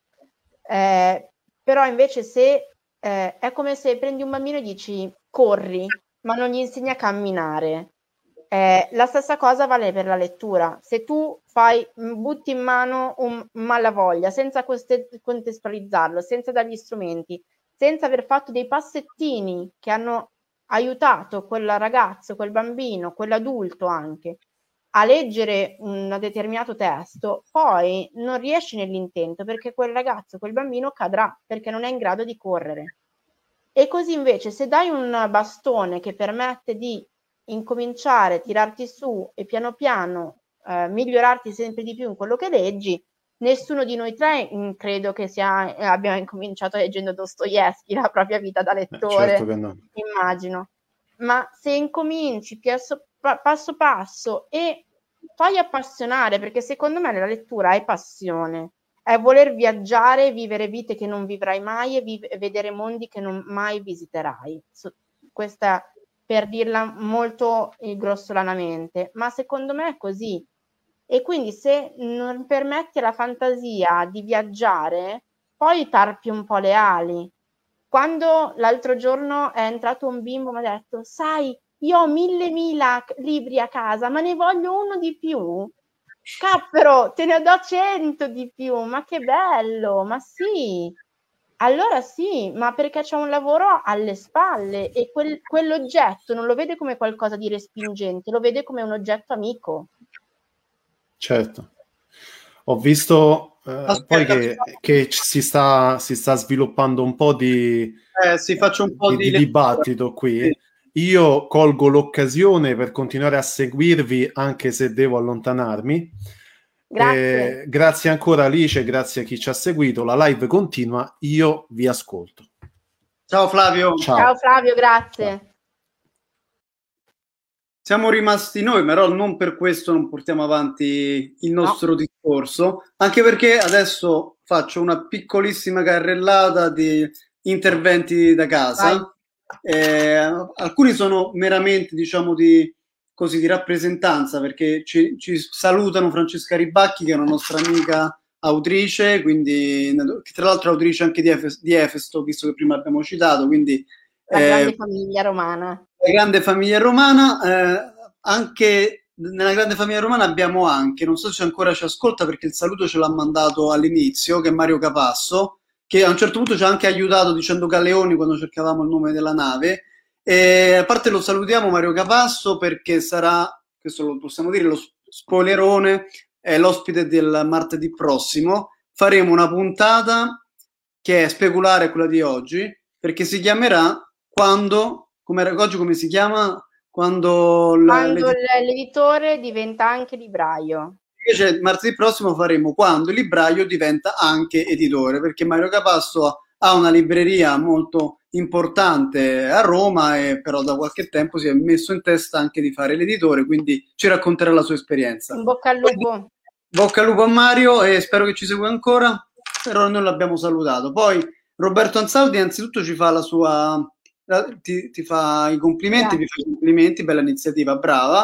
Eh, però invece se eh, è come se prendi un bambino e dici corri, ma non gli insegni a camminare. Eh, la stessa cosa vale per la lettura. Se tu fai, butti in mano un malavoglia senza contestualizzarlo, senza dargli strumenti, senza aver fatto dei passettini che hanno aiutato quel ragazzo, quel bambino, quell'adulto anche a leggere un determinato testo, poi non riesci nell'intento, perché quel ragazzo, quel bambino cadrà perché non è in grado di correre. E così invece se dai un bastone che permette di incominciare, tirarti su e piano piano eh, migliorarti sempre di più in quello che leggi, nessuno di noi tre mh, credo che sia, eh, abbia incominciato leggendo Dostoevskij la propria vita da lettore, certo che no. Immagino. Ma se incominci passo, passo passo e fai appassionare, perché secondo me la lettura è passione, è voler viaggiare, vivere vite che non vivrai mai e vive, vedere mondi che non mai visiterai. So, questa per dirla molto grossolanamente, ma secondo me è così. E quindi se non permetti alla fantasia di viaggiare, poi tarpi un po' le ali. Quando l'altro giorno è entrato un bimbo e mi ha detto, sai, io ho mille mila libri a casa, ma ne voglio uno di più. Cappero, te ne do cento di più, ma che bello, ma sì. Allora sì, ma perché c'è un lavoro alle spalle e quel, quell'oggetto non lo vede come qualcosa di respingente, lo vede come un oggetto amico. Certo. Ho visto eh, Aspetta, poi che, che si, sta, si sta sviluppando un po' di, eh, si faccio un po' di, di, di dibattito qui. Sì. Io colgo l'occasione per continuare a seguirvi anche se devo allontanarmi. Grazie. Eh, grazie ancora Alice, grazie a chi ci ha seguito. La live continua, io vi ascolto. Ciao Flavio. Ciao, Ciao Flavio, grazie. Ciao. Siamo rimasti noi, però non per questo non portiamo avanti il nostro no. discorso, anche perché adesso faccio una piccolissima carrellata di interventi da casa. Eh, alcuni sono meramente, diciamo, di così di rappresentanza, perché ci, ci salutano Francesca Ribacchi, che è una nostra amica autrice, quindi che tra l'altro è autrice anche di, Efes, di Efesto, visto che prima abbiamo citato, quindi la eh, grande famiglia romana. La grande famiglia romana, eh, anche nella grande famiglia romana abbiamo anche, non so se ancora ci ascolta perché il saluto ce l'ha mandato all'inizio, che è Mario Capasso, che a un certo punto ci ha anche aiutato dicendo Galeoni quando cercavamo il nome della nave. E a parte lo salutiamo Mario Capasso perché sarà, questo lo possiamo dire, lo spoilerone, è l'ospite del martedì prossimo. Faremo una puntata che è speculare quella di oggi, perché si chiamerà Quando, come oggi come si chiama? Quando, Quando l'editore diventa anche libraio. Invece martedì prossimo faremo Quando il libraio diventa anche editore, perché Mario Capasso ha una libreria molto importante a Roma e però da qualche tempo si è messo in testa anche di fare l'editore, quindi ci racconterà la sua esperienza. In bocca al lupo. Bocca al lupo a Mario e spero che ci segua ancora, però noi l'abbiamo salutato. Poi Roberto Anzaldi innanzitutto ci fa la sua, ti, ti fa i complimenti, vi fa i complimenti, bella iniziativa, brava.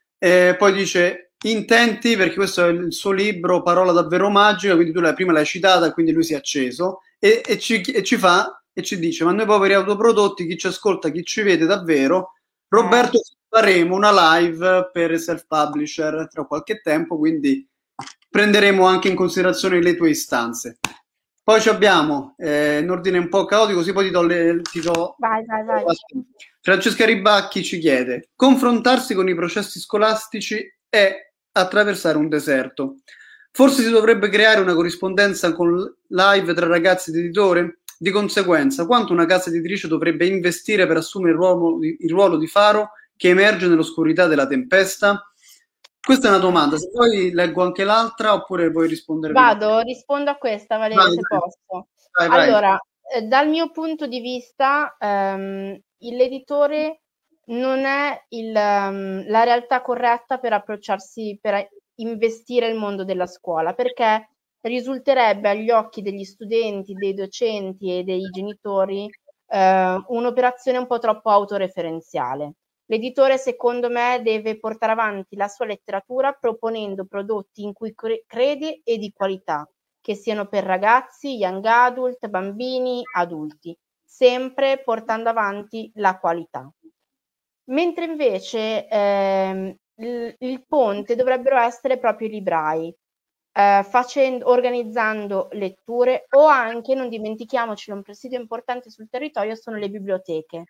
E poi dice intenti, perché questo è il suo libro Parola davvero magica, quindi tu la prima l'hai citata, quindi lui si è acceso e, e, ci, e ci fa e ci dice: ma noi poveri autoprodotti, chi ci ascolta, chi ci vede davvero, Roberto, faremo una live per self publisher tra qualche tempo, quindi prenderemo anche in considerazione le tue istanze. Poi ci abbiamo eh, in ordine un po' caotico, così poi ti do, le, ti do... Vai, vai, vai. Francesca Ribacchi ci chiede: confrontarsi con i processi scolastici è attraversare un deserto. Forse si dovrebbe creare una corrispondenza con live tra ragazzi ed editore? Di conseguenza, quanto una casa editrice dovrebbe investire per assumere il ruolo di, il ruolo di faro che emerge nell'oscurità della tempesta? Questa è una domanda, se poi leggo anche l'altra oppure vuoi rispondere? Vado, prima? Rispondo a questa, Valeria, vai, se vai. Posso. Vai, vai. Allora, eh, dal mio punto di vista, ehm, l'editore non è il, um, la realtà corretta per approcciarsi, per investire il mondo della scuola, perché risulterebbe agli occhi degli studenti, dei docenti e dei genitori eh, un'operazione un po' troppo autoreferenziale. L'editore, secondo me, deve portare avanti la sua letteratura proponendo prodotti in cui cre- crede e di qualità, che siano per ragazzi, young adult, bambini, adulti, sempre portando avanti la qualità. Mentre invece ehm, il, il ponte dovrebbero essere proprio i librai, eh, facendo, organizzando letture, o anche, non dimentichiamoci, un presidio importante sul territorio sono le biblioteche.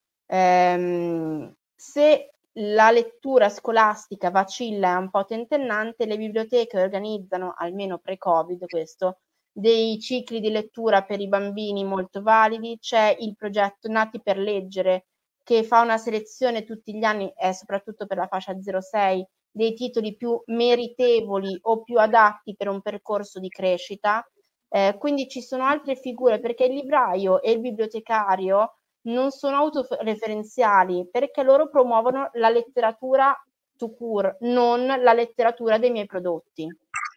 Ehm, se la lettura scolastica vacilla e è un po' tentennante, le biblioteche organizzano, almeno pre-Covid questo, dei cicli di lettura per i bambini molto validi. C'è il progetto Nati per Leggere, che fa una selezione tutti gli anni, e soprattutto per la fascia zero sei, dei titoli più meritevoli o più adatti per un percorso di crescita. Eh, quindi ci sono altre figure, perché il libraio e il bibliotecario non sono autoreferenziali, perché loro promuovono la letteratura tout court, non la letteratura dei miei prodotti.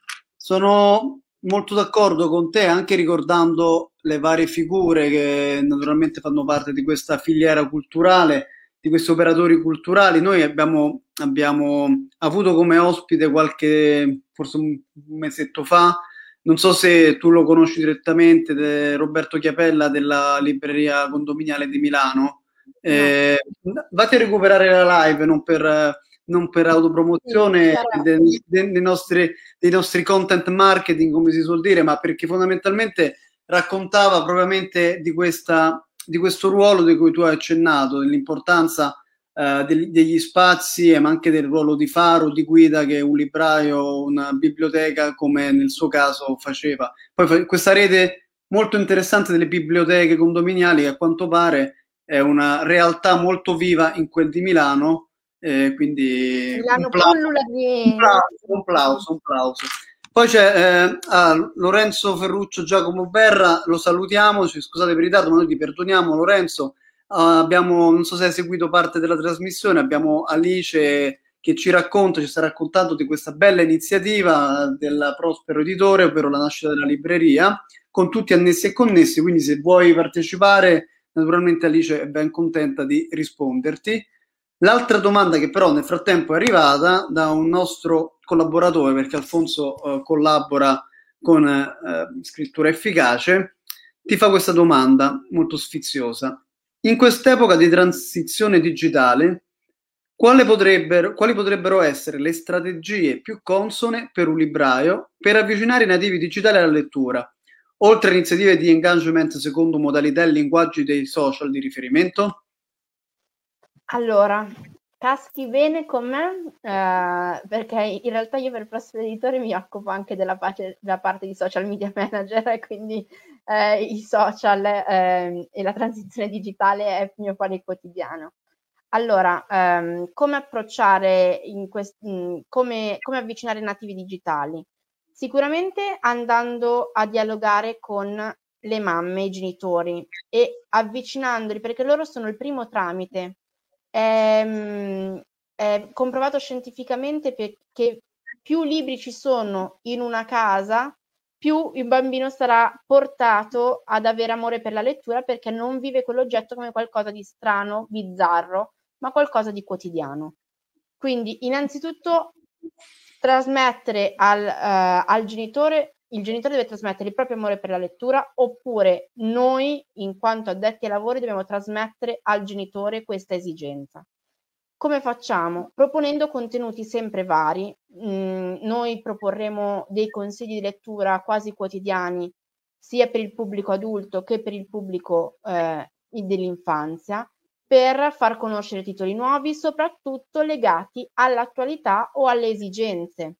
Sono molto d'accordo con te, anche ricordando le varie figure che naturalmente fanno parte di questa filiera culturale, di questi operatori culturali. Noi abbiamo, abbiamo avuto come ospite qualche, forse un mesetto fa, non so se tu lo conosci direttamente, Roberto Chiapella della libreria condominiale di Milano. Eh, no. Vatti a recuperare la live, non per, non per autopromozione sì, dei, dei, nostri, dei nostri content marketing, come si suol dire, ma perché fondamentalmente raccontava propriamente di, questa, di questo ruolo di cui tu hai accennato, dell'importanza Uh, degli, degli spazi, ma anche del ruolo di faro, di guida che un libraio, una biblioteca, come nel suo caso faceva. Poi fa, questa rete molto interessante delle biblioteche condominiali, che a quanto pare è una realtà molto viva in quel di Milano, eh, quindi Milano un plauso, di... un plauso, un plauso, un plauso. Poi c'è eh, ah, Lorenzo Ferruccio Giacomo Berra, lo salutiamo, scusate per il ritardo, ma noi ti perdoniamo, Lorenzo. Uh, abbiamo, non so se hai seguito parte della trasmissione, abbiamo Alice che ci racconta, ci sta raccontando di questa bella iniziativa del Prospero Editore, ovvero la nascita della libreria, con tutti annessi e connessi, quindi se vuoi partecipare, naturalmente Alice è ben contenta di risponderti. L'altra domanda che però nel frattempo è arrivata da un nostro collaboratore, perché Alfonso eh, collabora con eh, Scrittura Efficace, ti fa questa domanda molto sfiziosa. In quest'epoca di transizione digitale, quali potrebbero, quali potrebbero essere le strategie più consone per un libraio per avvicinare i nativi digitali alla lettura, oltre a iniziative di engagement secondo modalità e linguaggi dei social di riferimento? Allora, caschi bene con me, eh, perché in realtà io per il prossimo editore mi occupo anche della parte, della parte di social media manager, e quindi eh, i social eh, e la transizione digitale è il mio pane quotidiano. Allora, ehm, come approcciare, in quest- mh, come, come avvicinare i nativi digitali? Sicuramente andando a dialogare con le mamme, i genitori, e avvicinandoli, perché loro sono il primo tramite. È, mh, è comprovato scientificamente che più libri ci sono in una casa, più il bambino sarà portato ad avere amore per la lettura, perché non vive quell'oggetto come qualcosa di strano, bizzarro, ma qualcosa di quotidiano. Quindi, innanzitutto, trasmettere al, uh, al genitore, il genitore deve trasmettere il proprio amore per la lettura, oppure noi, in quanto addetti ai lavori, dobbiamo trasmettere al genitore questa esigenza. Come facciamo? Proponendo contenuti sempre vari. Mm, noi proporremo dei consigli di lettura quasi quotidiani, sia per il pubblico adulto che per il pubblico eh, dell'infanzia, per far conoscere titoli nuovi, soprattutto legati all'attualità o alle esigenze.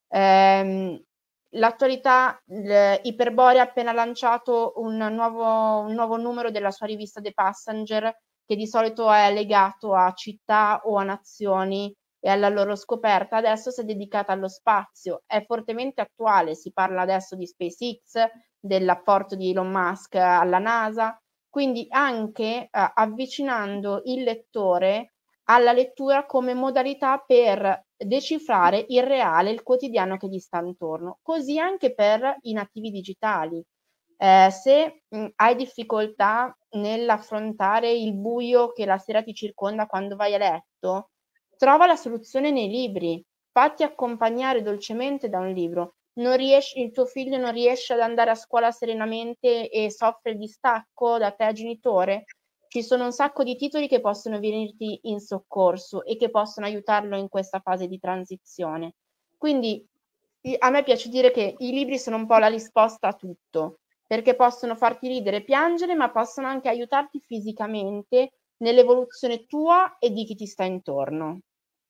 Ehm, l'attualità, Iperborea ha appena lanciato un nuovo, un nuovo numero della sua rivista The Passenger, che di solito è legato a città o a nazioni e alla loro scoperta. Adesso si è dedicata allo spazio, è fortemente attuale, si parla adesso di SpaceX, dell'apporto di Elon Musk alla NASA, quindi anche eh, avvicinando il lettore alla lettura come modalità per decifrare il reale, il quotidiano che gli sta intorno. Così anche per i nativi digitali. Eh, se mh, hai difficoltà nell'affrontare il buio che la sera ti circonda quando vai a letto, trova la soluzione nei libri, fatti accompagnare dolcemente da un libro. Non riesci, il tuo figlio non riesce ad andare a scuola serenamente e soffre il distacco da te genitore? Ci sono un sacco di titoli che possono venirti in soccorso e che possono aiutarlo in questa fase di transizione. Quindi a me piace dire che i libri sono un po' la risposta a tutto, perché possono farti ridere e piangere, ma possono anche aiutarti fisicamente nell'evoluzione tua e di chi ti sta intorno.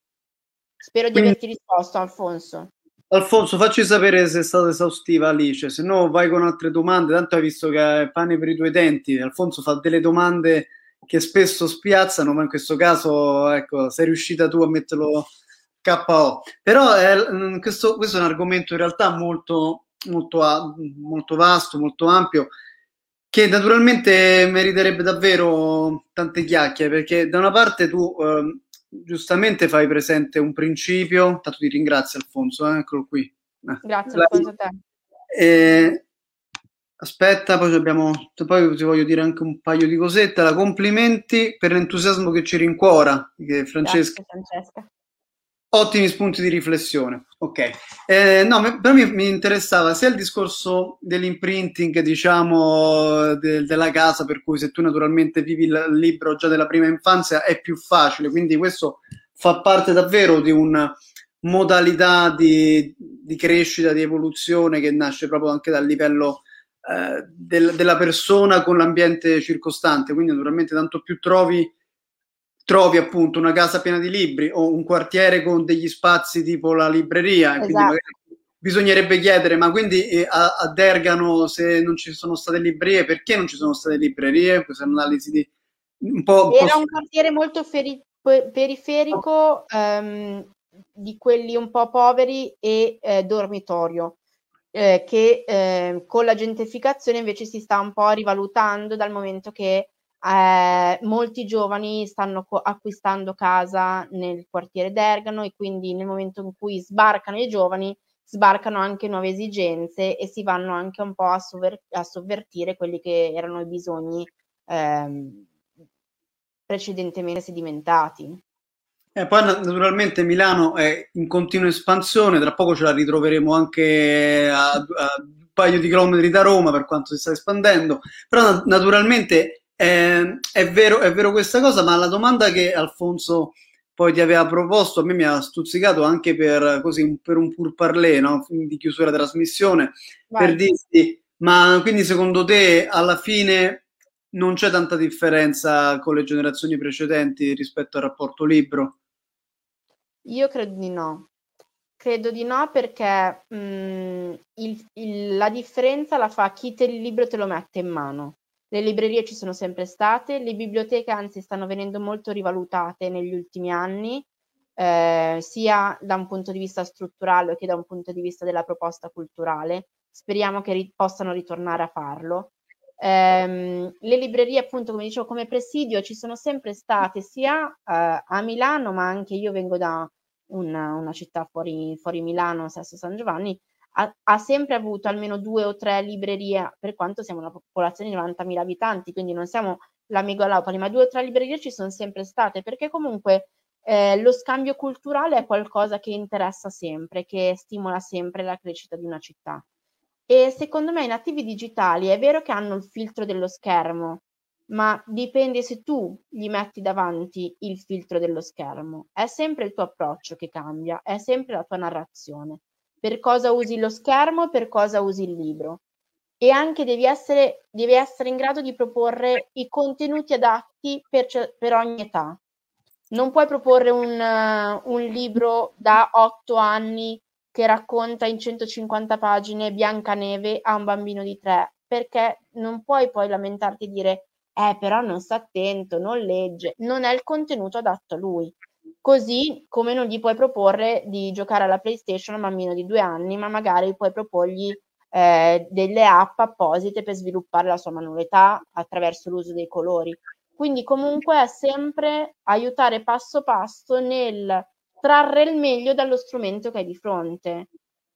Spero Quindi, di averti risposto, Alfonso. Alfonso, facci sapere se è stata esaustiva Alice, se no vai con altre domande, tanto hai visto che è pane per i tuoi denti. Alfonso fa delle domande che spesso spiazzano, ma in questo caso, ecco, sei riuscita tu a metterlo K O. Però è, questo, questo è un argomento in realtà molto, molto, molto vasto, molto ampio, che naturalmente meriterebbe davvero tante chiacchiere, perché da una parte tu eh, giustamente fai presente un principio, tanto ti ringrazio Alfonso, eh, eccolo qui. Eh, Grazie la, Alfonso a te. Eh, aspetta, poi abbiamo, poi ti voglio dire anche un paio di cosette. La complimenti per l'entusiasmo che ci rincuora, che Francesca. Grazie, Francesca. Ottimi spunti di riflessione. Ok, eh, no, però mi, mi interessava sia il discorso dell'imprinting, diciamo, de, della casa, per cui se tu naturalmente vivi il libro già della prima infanzia è più facile, quindi questo fa parte davvero di una modalità di, di crescita, di evoluzione che nasce proprio anche dal livello eh, del, della persona con l'ambiente circostante, quindi naturalmente tanto più trovi trovi appunto una casa piena di libri o un quartiere con degli spazi tipo la libreria, e esatto. quindi magari bisognerebbe chiedere, ma quindi eh, a, a Dergano, se non ci sono state librerie, perché non ci sono state librerie? Questa è un'analisi di un po'... Era po'... un quartiere molto feri- periferico, ehm, di quelli un po' poveri e eh, dormitorio, eh, che eh, con la gentrificazione invece si sta un po' rivalutando, dal momento che Eh, molti giovani stanno co- acquistando casa nel quartiere Dergano, e quindi nel momento in cui sbarcano i giovani sbarcano anche nuove esigenze e si vanno anche un po' a, sovver- a sovvertire quelli che erano i bisogni ehm, precedentemente sedimentati. E poi naturalmente Milano è in continua espansione, tra poco ce la ritroveremo anche a, a un paio di chilometri da Roma per quanto si sta espandendo, però naturalmente eh, è vero, è vero questa cosa, ma la domanda che Alfonso poi ti aveva proposto a me mi ha stuzzicato anche per, così, per un pur parler, no? Di chiusura della trasmissione, Vai. per dirti, ma quindi secondo te alla fine non c'è tanta differenza con le generazioni precedenti rispetto al rapporto libro? Io credo di no. Credo di no perché mh, il- il- la differenza la fa chi te il libro te lo mette in mano. Le librerie ci sono sempre state, le biblioteche anzi stanno venendo molto rivalutate negli ultimi anni, eh, sia da un punto di vista strutturale che da un punto di vista della proposta culturale. Speriamo che ri- possano ritornare a farlo. Ehm, le librerie, appunto, come dicevo, come presidio ci sono sempre state sia eh, a Milano, ma anche io vengo da una, una città fuori, fuori Milano, Sesto San Giovanni, ha, ha sempre avuto almeno due o tre librerie, per quanto siamo una popolazione di novantamila abitanti, quindi non siamo la megalopoli, ma due o tre librerie ci sono sempre state, perché comunque eh, lo scambio culturale è qualcosa che interessa sempre, che stimola sempre la crescita di una città. E secondo me i nativi digitali è vero che hanno il filtro dello schermo, ma dipende se tu gli metti davanti il filtro dello schermo. È sempre il tuo approccio che cambia, è sempre la tua narrazione. Per cosa usi lo schermo, per cosa usi il libro. E anche devi essere, devi essere in grado di proporre i contenuti adatti per, per ogni età. Non puoi proporre un, uh, un libro da otto anni che racconta in centocinquanta pagine Biancaneve a un bambino di tre, perché non puoi poi lamentarti e dire eh però non sta attento, non legge, non è il contenuto adatto a lui. Così come non gli puoi proporre di giocare alla PlayStation a un bambino di due anni, ma magari puoi proporgli eh, delle app apposite per sviluppare la sua manualità attraverso l'uso dei colori. Quindi comunque è sempre aiutare passo passo nel trarre il meglio dallo strumento che hai di fronte.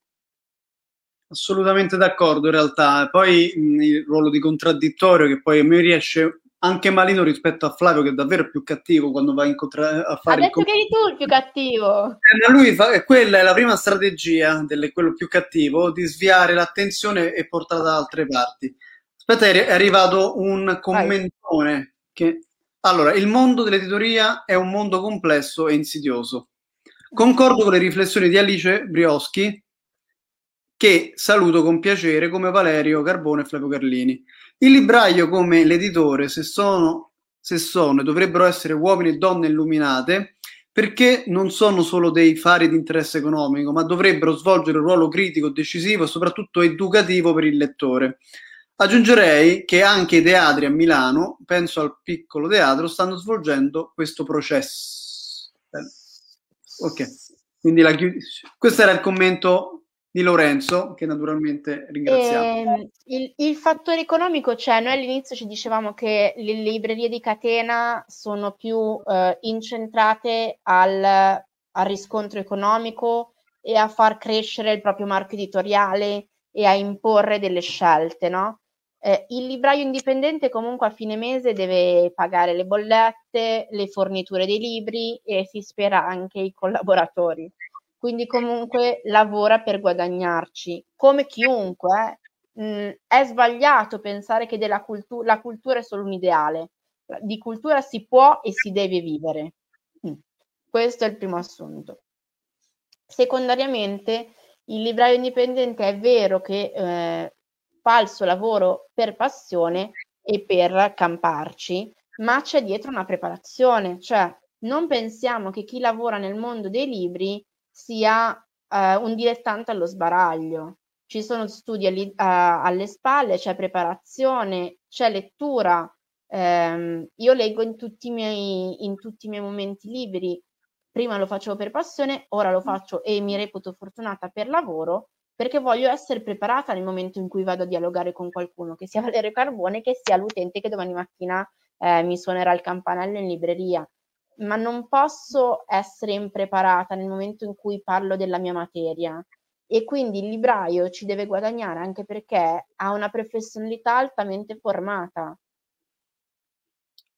Assolutamente d'accordo in realtà. Poi mh, il ruolo di contraddittorio che poi a me riesce anche malino rispetto a Flavio, che è davvero più cattivo quando va a, incontrare, a fare ha detto il che eri tu il più cattivo. Eh, ma lui fa, quella è la prima strategia del quello più cattivo, di sviare l'attenzione e portarla da altre parti. Aspetta, è è arrivato un commentone che allora, il mondo dell'editoria è un mondo complesso e insidioso. Concordo con le riflessioni di Alice Brioschi, che saluto con piacere, come Valerio Carbone e Flavio Carlini. Il libraio, come l'editore, se sono, se sono e dovrebbero essere uomini e donne illuminate, perché non sono solo dei fari di interesse economico, ma dovrebbero svolgere un ruolo critico, decisivo e soprattutto educativo per il lettore. Aggiungerei che anche i teatri a Milano, penso al Piccolo Teatro, stanno svolgendo questo processo. Ok, quindi la chiud- questo era il commento di Lorenzo, che naturalmente ringraziamo. E, il, il fattore economico c'è. Noi all'inizio ci dicevamo che le librerie di catena sono più eh, incentrate al, al riscontro economico e a far crescere il proprio marchio editoriale e a imporre delle scelte, no? Eh, il libraio indipendente comunque a fine mese deve pagare le bollette, le forniture dei libri e si spera anche i collaboratori. Quindi comunque lavora per guadagnarci, come chiunque. Eh. Mm, è sbagliato pensare che della cultu- la cultura è solo un ideale. Di cultura si può e si deve vivere. Mm. Questo è il primo assunto. Secondariamente, il libraio indipendente è vero che eh, fa il suo lavoro per passione e per camparci, ma c'è dietro una preparazione, cioè non pensiamo che chi lavora nel mondo dei libri sia eh, un dilettante allo sbaraglio. Ci sono studi alli, uh, alle spalle, c'è preparazione, c'è lettura. Um, io leggo in tutti, i miei, in tutti i miei momenti liberi. Prima lo facevo per passione, ora lo faccio e mi reputo fortunata per lavoro, perché voglio essere preparata nel momento in cui vado a dialogare con qualcuno, che sia Valerio Carbone, che sia l'utente che domani mattina eh, mi suonerà il campanello in libreria. Ma non posso essere impreparata nel momento in cui parlo della mia materia, e quindi il libraio ci deve guadagnare anche perché ha una professionalità altamente formata.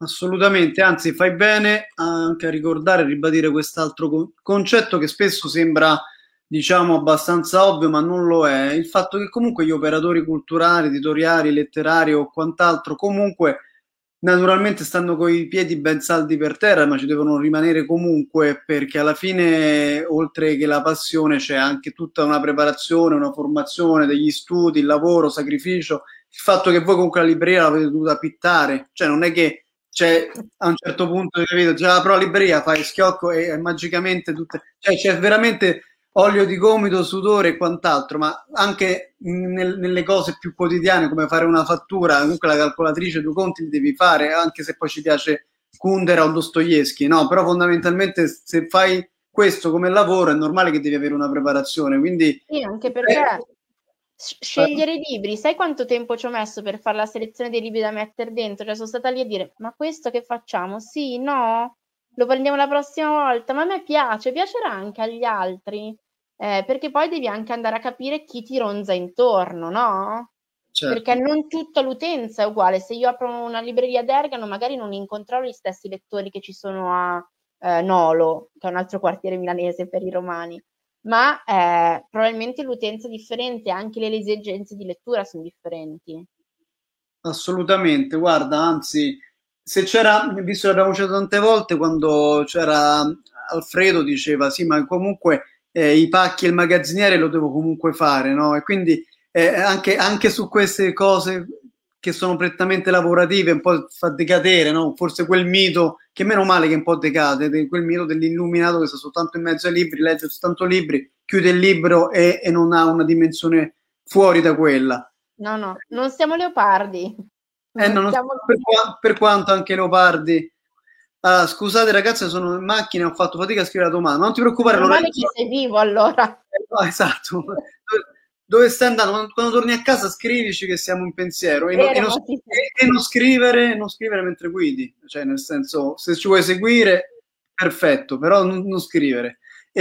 Assolutamente, anzi fai bene anche a ricordare e ribadire quest'altro co- concetto che spesso sembra, diciamo, abbastanza ovvio, ma non lo è. Il fatto che comunque gli operatori culturali, editoriali, letterari o quant'altro comunque naturalmente stanno coi piedi ben saldi per terra, ma ci devono rimanere comunque, perché alla fine, oltre che la passione, c'è anche tutta una preparazione, una formazione, degli studi, il lavoro, sacrificio. Il fatto che voi comunque la libreria l'avete dovuta pittare, cioè non è che c'è a un certo punto, capito, già apro la libreria, fai schiocco e, e magicamente tutte, cioè c'è veramente olio di gomito, sudore e quant'altro, ma anche nel, nelle cose più quotidiane come fare una fattura, comunque la calcolatrice, due conti li devi fare, anche se poi ci piace Kundera o Dostoevsky, no, però fondamentalmente se fai questo come lavoro è normale che devi avere una preparazione, quindi sì, anche perché eh, scegliere i libri, sai quanto tempo ci ho messo per fare la selezione dei libri da mettere dentro? Cioè sono stata lì a dire, ma questo che facciamo? Sì, no? Lo prendiamo la prossima volta, ma a me piace, piacerà anche agli altri, eh, perché poi devi anche andare a capire chi ti ronza intorno, no? Certo. Perché non tutta l'utenza è uguale. Se io apro una libreria ad Ergano, magari non incontrerò gli stessi lettori che ci sono a eh, Nolo, che è un altro quartiere milanese per i romani, ma eh, probabilmente l'utenza è differente, anche le esigenze di lettura sono differenti. Assolutamente, guarda, anzi, se c'era, visto che l'abbiamo citato tante volte, quando c'era Alfredo diceva sì, ma comunque eh, i pacchi e il magazziniere lo devo comunque fare, no? E quindi eh, anche, anche su queste cose che sono prettamente lavorative un po' fa decadere, no? Forse quel mito, che meno male che un po' decade, quel mito dell'illuminato che sta soltanto in mezzo ai libri, legge soltanto libri, chiude il libro e, e non ha una dimensione fuori da quella. No, no, non siamo leopardi. Eh, non siamo... per, qua, per quanto anche leopardi. Ah, scusate ragazzi, sono in macchina, ho fatto fatica a scrivere la domanda. Non ti preoccupare, non Lorenzo. Che sei vivo allora. Eh, no, esatto. dove, dove stai andando? Quando, quando torni a casa scrivici che siamo in pensiero. E, Vero, no, e, non, sì, sì. e, e non scrivere, non scrivere mentre guidi. Cioè, nel senso, se ci vuoi seguire, perfetto, però non, non scrivere.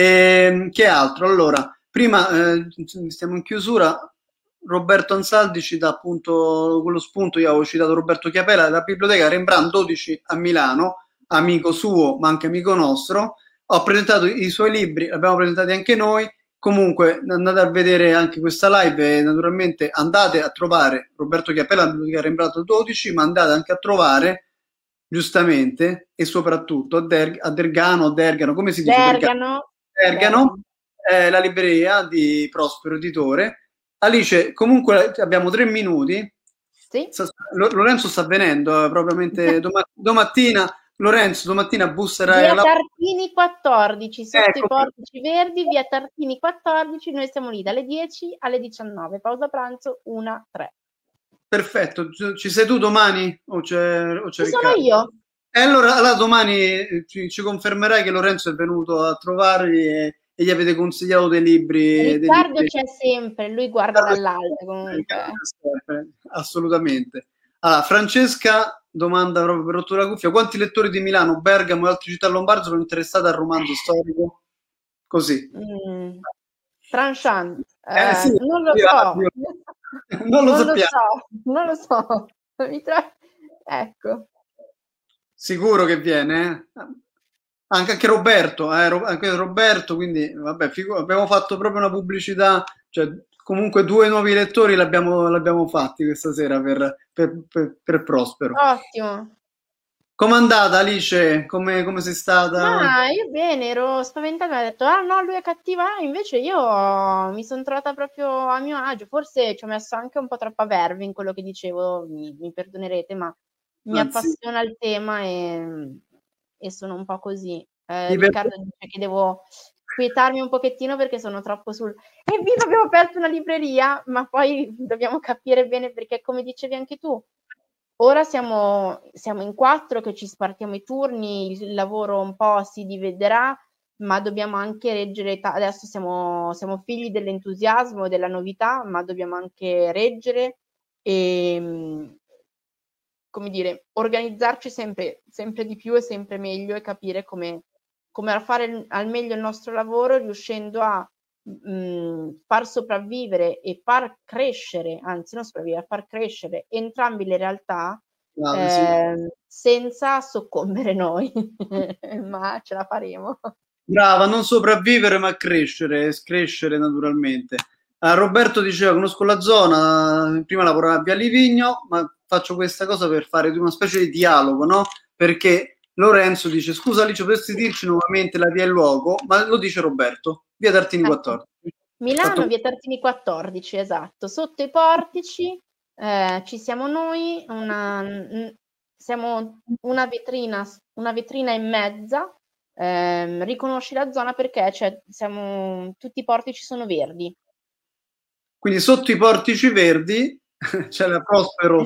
E, che altro? Allora, prima eh, stiamo in chiusura. Roberto Ansaldi ci dà appunto quello spunto, io avevo citato Roberto Chiapella della biblioteca Rembrandt dodici a Milano, amico suo ma anche amico nostro. Ho presentato i suoi libri, li abbiamo presentati anche noi. Comunque andate a vedere anche questa live e naturalmente andate a trovare Roberto Chiapella alla biblioteca Rembrandt dodici, ma andate anche a trovare giustamente e soprattutto a, Der- a Dergano, a Dergano, come si dice? Dergano, Dergano, eh, la libreria di Prospero Editore. Alice, comunque abbiamo tre minuti. Sì. Lorenzo sta venendo, eh, propriamente dom- domattina. Lorenzo, domattina busserai via alla... Tartini quattordici, sotto ecco. i portici verdi, via Tartini quattordici, noi siamo lì dalle dieci alle diciannove, pausa pranzo una tre. Perfetto, ci sei tu domani? O c'è, o c'è ci sono io. E allora, allora domani ci, ci confermerai che Lorenzo è venuto a trovarvi e, e gli avete consigliato dei libri. Riccardo dei libri. c'è sempre, lui guarda dall'alto comunque. Sempre, assolutamente. Allora, Francesca domanda proprio per rottura la cuffia: quanti lettori di Milano, Bergamo e altre città lombarde sono interessati al romanzo storico? Così. Mm. Tranchant. Eh, eh, sì, non lo io, so. Io, non lo non sappiamo. Lo so. Non lo so. Ecco. Sicuro che viene, eh? Anche, anche Roberto, eh, anche Roberto, quindi vabbè, figu- abbiamo fatto proprio una pubblicità, cioè comunque due nuovi lettori l'abbiamo, l'abbiamo fatti questa sera per, per, per, per Prospero. Ottimo. Com'è andata Alice? Come, come sei stata? Ah, io bene, ero spaventata, mi ha detto, ah no, lui è cattiva, ah, invece io mi sono trovata proprio a mio agio, forse ci ho messo anche un po' troppa verve in quello che dicevo, mi, mi perdonerete, ma mi Anzi. appassiona il tema e, e sono un po' così. Eh, Riccardo dice che devo quietarmi un pochettino perché sono troppo sul evviva, abbiamo aperto una libreria, ma poi dobbiamo capire bene perché, come dicevi anche tu, ora siamo, siamo in quattro che ci spartiamo i turni, il lavoro un po' si dividerà, ma dobbiamo anche reggere, adesso siamo, siamo figli dell'entusiasmo e della novità, ma dobbiamo anche reggere e, come dire, organizzarci sempre, sempre di più e sempre meglio e capire come, come fare al meglio il nostro lavoro, riuscendo a mh, far sopravvivere e far crescere, anzi non sopravvivere, a far crescere entrambi le realtà eh, senza soccombere noi, ma ce la faremo. Brava, non sopravvivere ma crescere, crescere naturalmente. Uh, Roberto diceva, conosco la zona, prima lavoravo a Via Livigno, ma faccio questa cosa per fare una specie di dialogo, no? Perché Lorenzo dice, scusa Alice, potresti dirci nuovamente la via e il luogo? Ma lo dice Roberto, Via Tartini quattordici. Milano, Fatto... Via Tartini quattordici, esatto. Sotto i portici eh, ci siamo noi, una, siamo una vetrina, una vetrina in mezza. Eh, riconosci la zona perché cioè, siamo, tutti i portici sono verdi. Quindi sotto i portici verdi c'è la Prospero,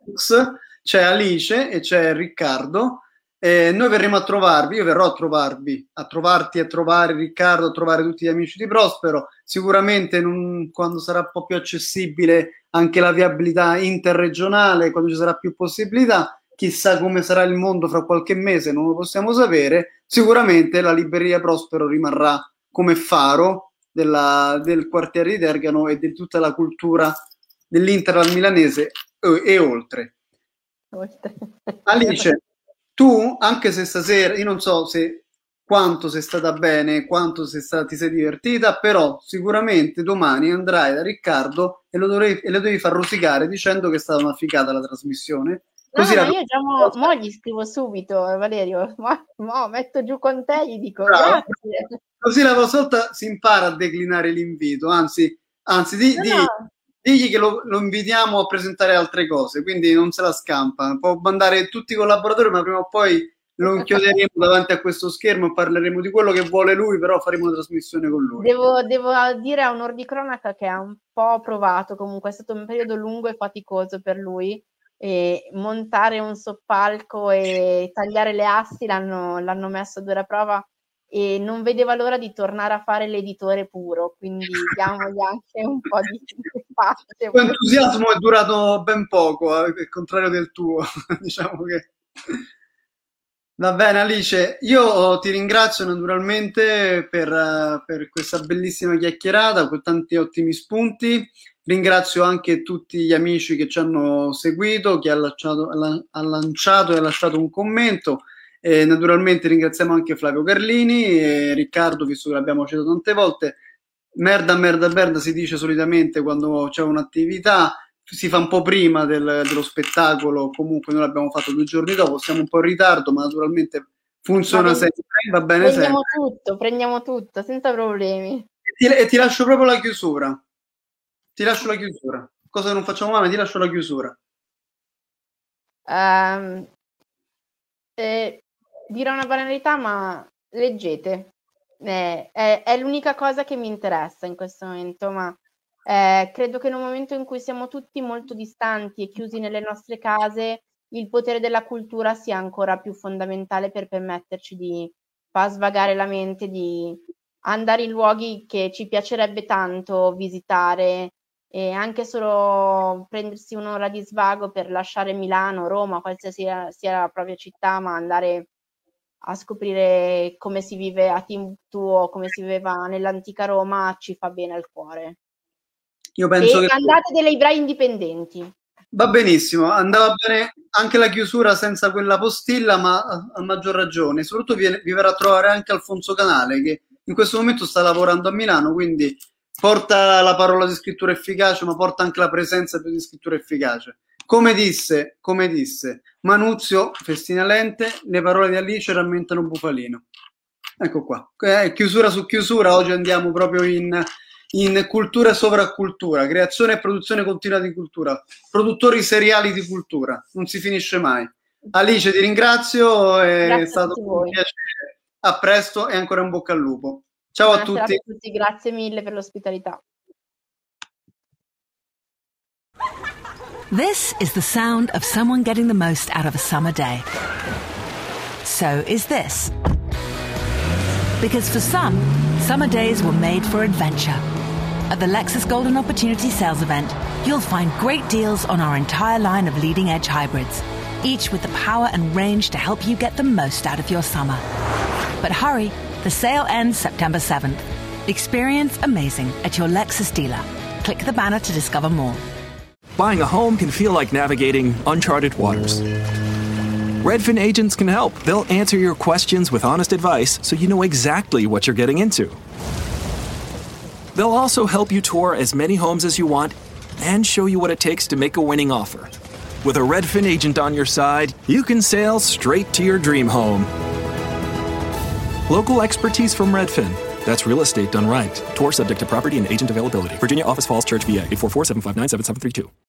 c'è Alice e c'è Riccardo. Eh, noi verremo a trovarvi, io verrò a trovarvi, a trovarti, a trovare Riccardo, a trovare tutti gli amici di Prospero, sicuramente non, quando sarà un po' più accessibile anche la viabilità interregionale, quando ci sarà più possibilità, chissà come sarà il mondo fra qualche mese, non lo possiamo sapere, sicuramente la libreria Prospero rimarrà come faro della, del quartiere di Dergano e di tutta la cultura dell'Interland milanese e, e oltre. oltre. Alice, tu, anche se stasera, io non so se quanto sei stata bene, quanto sei stata, ti sei divertita, però sicuramente domani andrai da Riccardo e lo, dovrei, e lo devi far rosicare dicendo che è stata una figata la trasmissione. No, Così ma la... io già mo, mo gli scrivo subito, Valerio, mo, mo metto giù con te e gli dico grazie. Così la prossima volta si impara a declinare l'invito, anzi, anzi di, no, di, no. digli che lo, lo invitiamo a presentare altre cose, quindi non se la scampa, può mandare tutti i collaboratori, ma prima o poi lo inchioderemo davanti a questo schermo e parleremo di quello che vuole lui, però faremo una trasmissione con lui. Devo, devo dire a onor di cronaca che ha un po' provato, comunque è stato un periodo lungo e faticoso per lui, e montare un soppalco e tagliare le assi l'hanno, l'hanno messo a dura prova e non vedeva l'ora di tornare a fare l'editore puro, quindi diamogli anche un po' di spazio. L'entusiasmo è durato ben poco, al contrario del tuo, diciamo che... Va bene Alice, io ti ringrazio naturalmente per, per questa bellissima chiacchierata, con tanti ottimi spunti. Ringrazio anche tutti gli amici che ci hanno seguito, chi ha, lasciato, ha lanciato e ha lasciato un commento. E naturalmente ringraziamo anche Flavio Carlini e Riccardo, visto che l'abbiamo citato tante volte. Merda, merda, merda si dice solitamente quando c'è un'attività, si fa un po' prima del, dello spettacolo, comunque noi l'abbiamo fatto due giorni dopo, siamo un po' in ritardo, ma naturalmente funziona ma sempre, va bene prendiamo sempre. tutto, prendiamo tutto, senza problemi. E ti, e ti lascio proprio la chiusura. Ti lascio la chiusura. Cosa non facciamo mai, ma ti lascio la chiusura. Um, eh, dirò una banalità, ma leggete. Eh, è, è l'unica cosa che mi interessa in questo momento, ma eh, credo che in un momento in cui siamo tutti molto distanti e chiusi nelle nostre case, il potere della cultura sia ancora più fondamentale per permetterci di far svagare la mente, di andare in luoghi che ci piacerebbe tanto visitare, e anche solo prendersi un'ora di svago per lasciare Milano, Roma, qualsiasi sia la propria città, ma andare a scoprire come si vive a Timbuktu, come si viveva nell'antica Roma, ci fa bene al cuore. Io penso e che andate delle librai indipendenti. Va benissimo, andava bene anche la chiusura senza quella postilla, ma a, a maggior ragione. Soprattutto vi, vi verrà a trovare anche Alfonso Canale, che in questo momento sta lavorando a Milano, quindi porta la parola di scrittura efficace, ma porta anche la presenza di scrittura efficace. Come disse, come disse Manuzio Festinalente, le parole di Alice rammentano Bufalino. Ecco qua, eh, chiusura su chiusura, oggi andiamo proprio in, in cultura e sovracultura, creazione e produzione continua di cultura, produttori seriali di cultura, non si finisce mai. Alice, ti ringrazio, è Grazie stato a un voi. piacere. A presto e ancora un bocca al lupo. Ciao a tutti. a tutti. Grazie mille per l'ospitalità. This is the sound of someone getting the most out of a summer day. So is this. Because for some, summer days were made for adventure. At the Lexus Golden Opportunity Sales Event, you'll find great deals on our entire line of leading-edge hybrids, each with the power and range to help you get the most out of your summer. But hurry, the sale ends September seventh. Experience amazing at your Lexus dealer. Click the banner to discover more. Buying a home can feel like navigating uncharted waters. Redfin agents can help. They'll answer your questions with honest advice so you know exactly what you're getting into. They'll also help you tour as many homes as you want and show you what it takes to make a winning offer. With a Redfin agent on your side, you can sail straight to your dream home. Local expertise from Redfin. That's real estate done right. Tour subject to property and agent availability. Virginia Office Falls Church, V A eight four four, seven five nine, seven seven three two.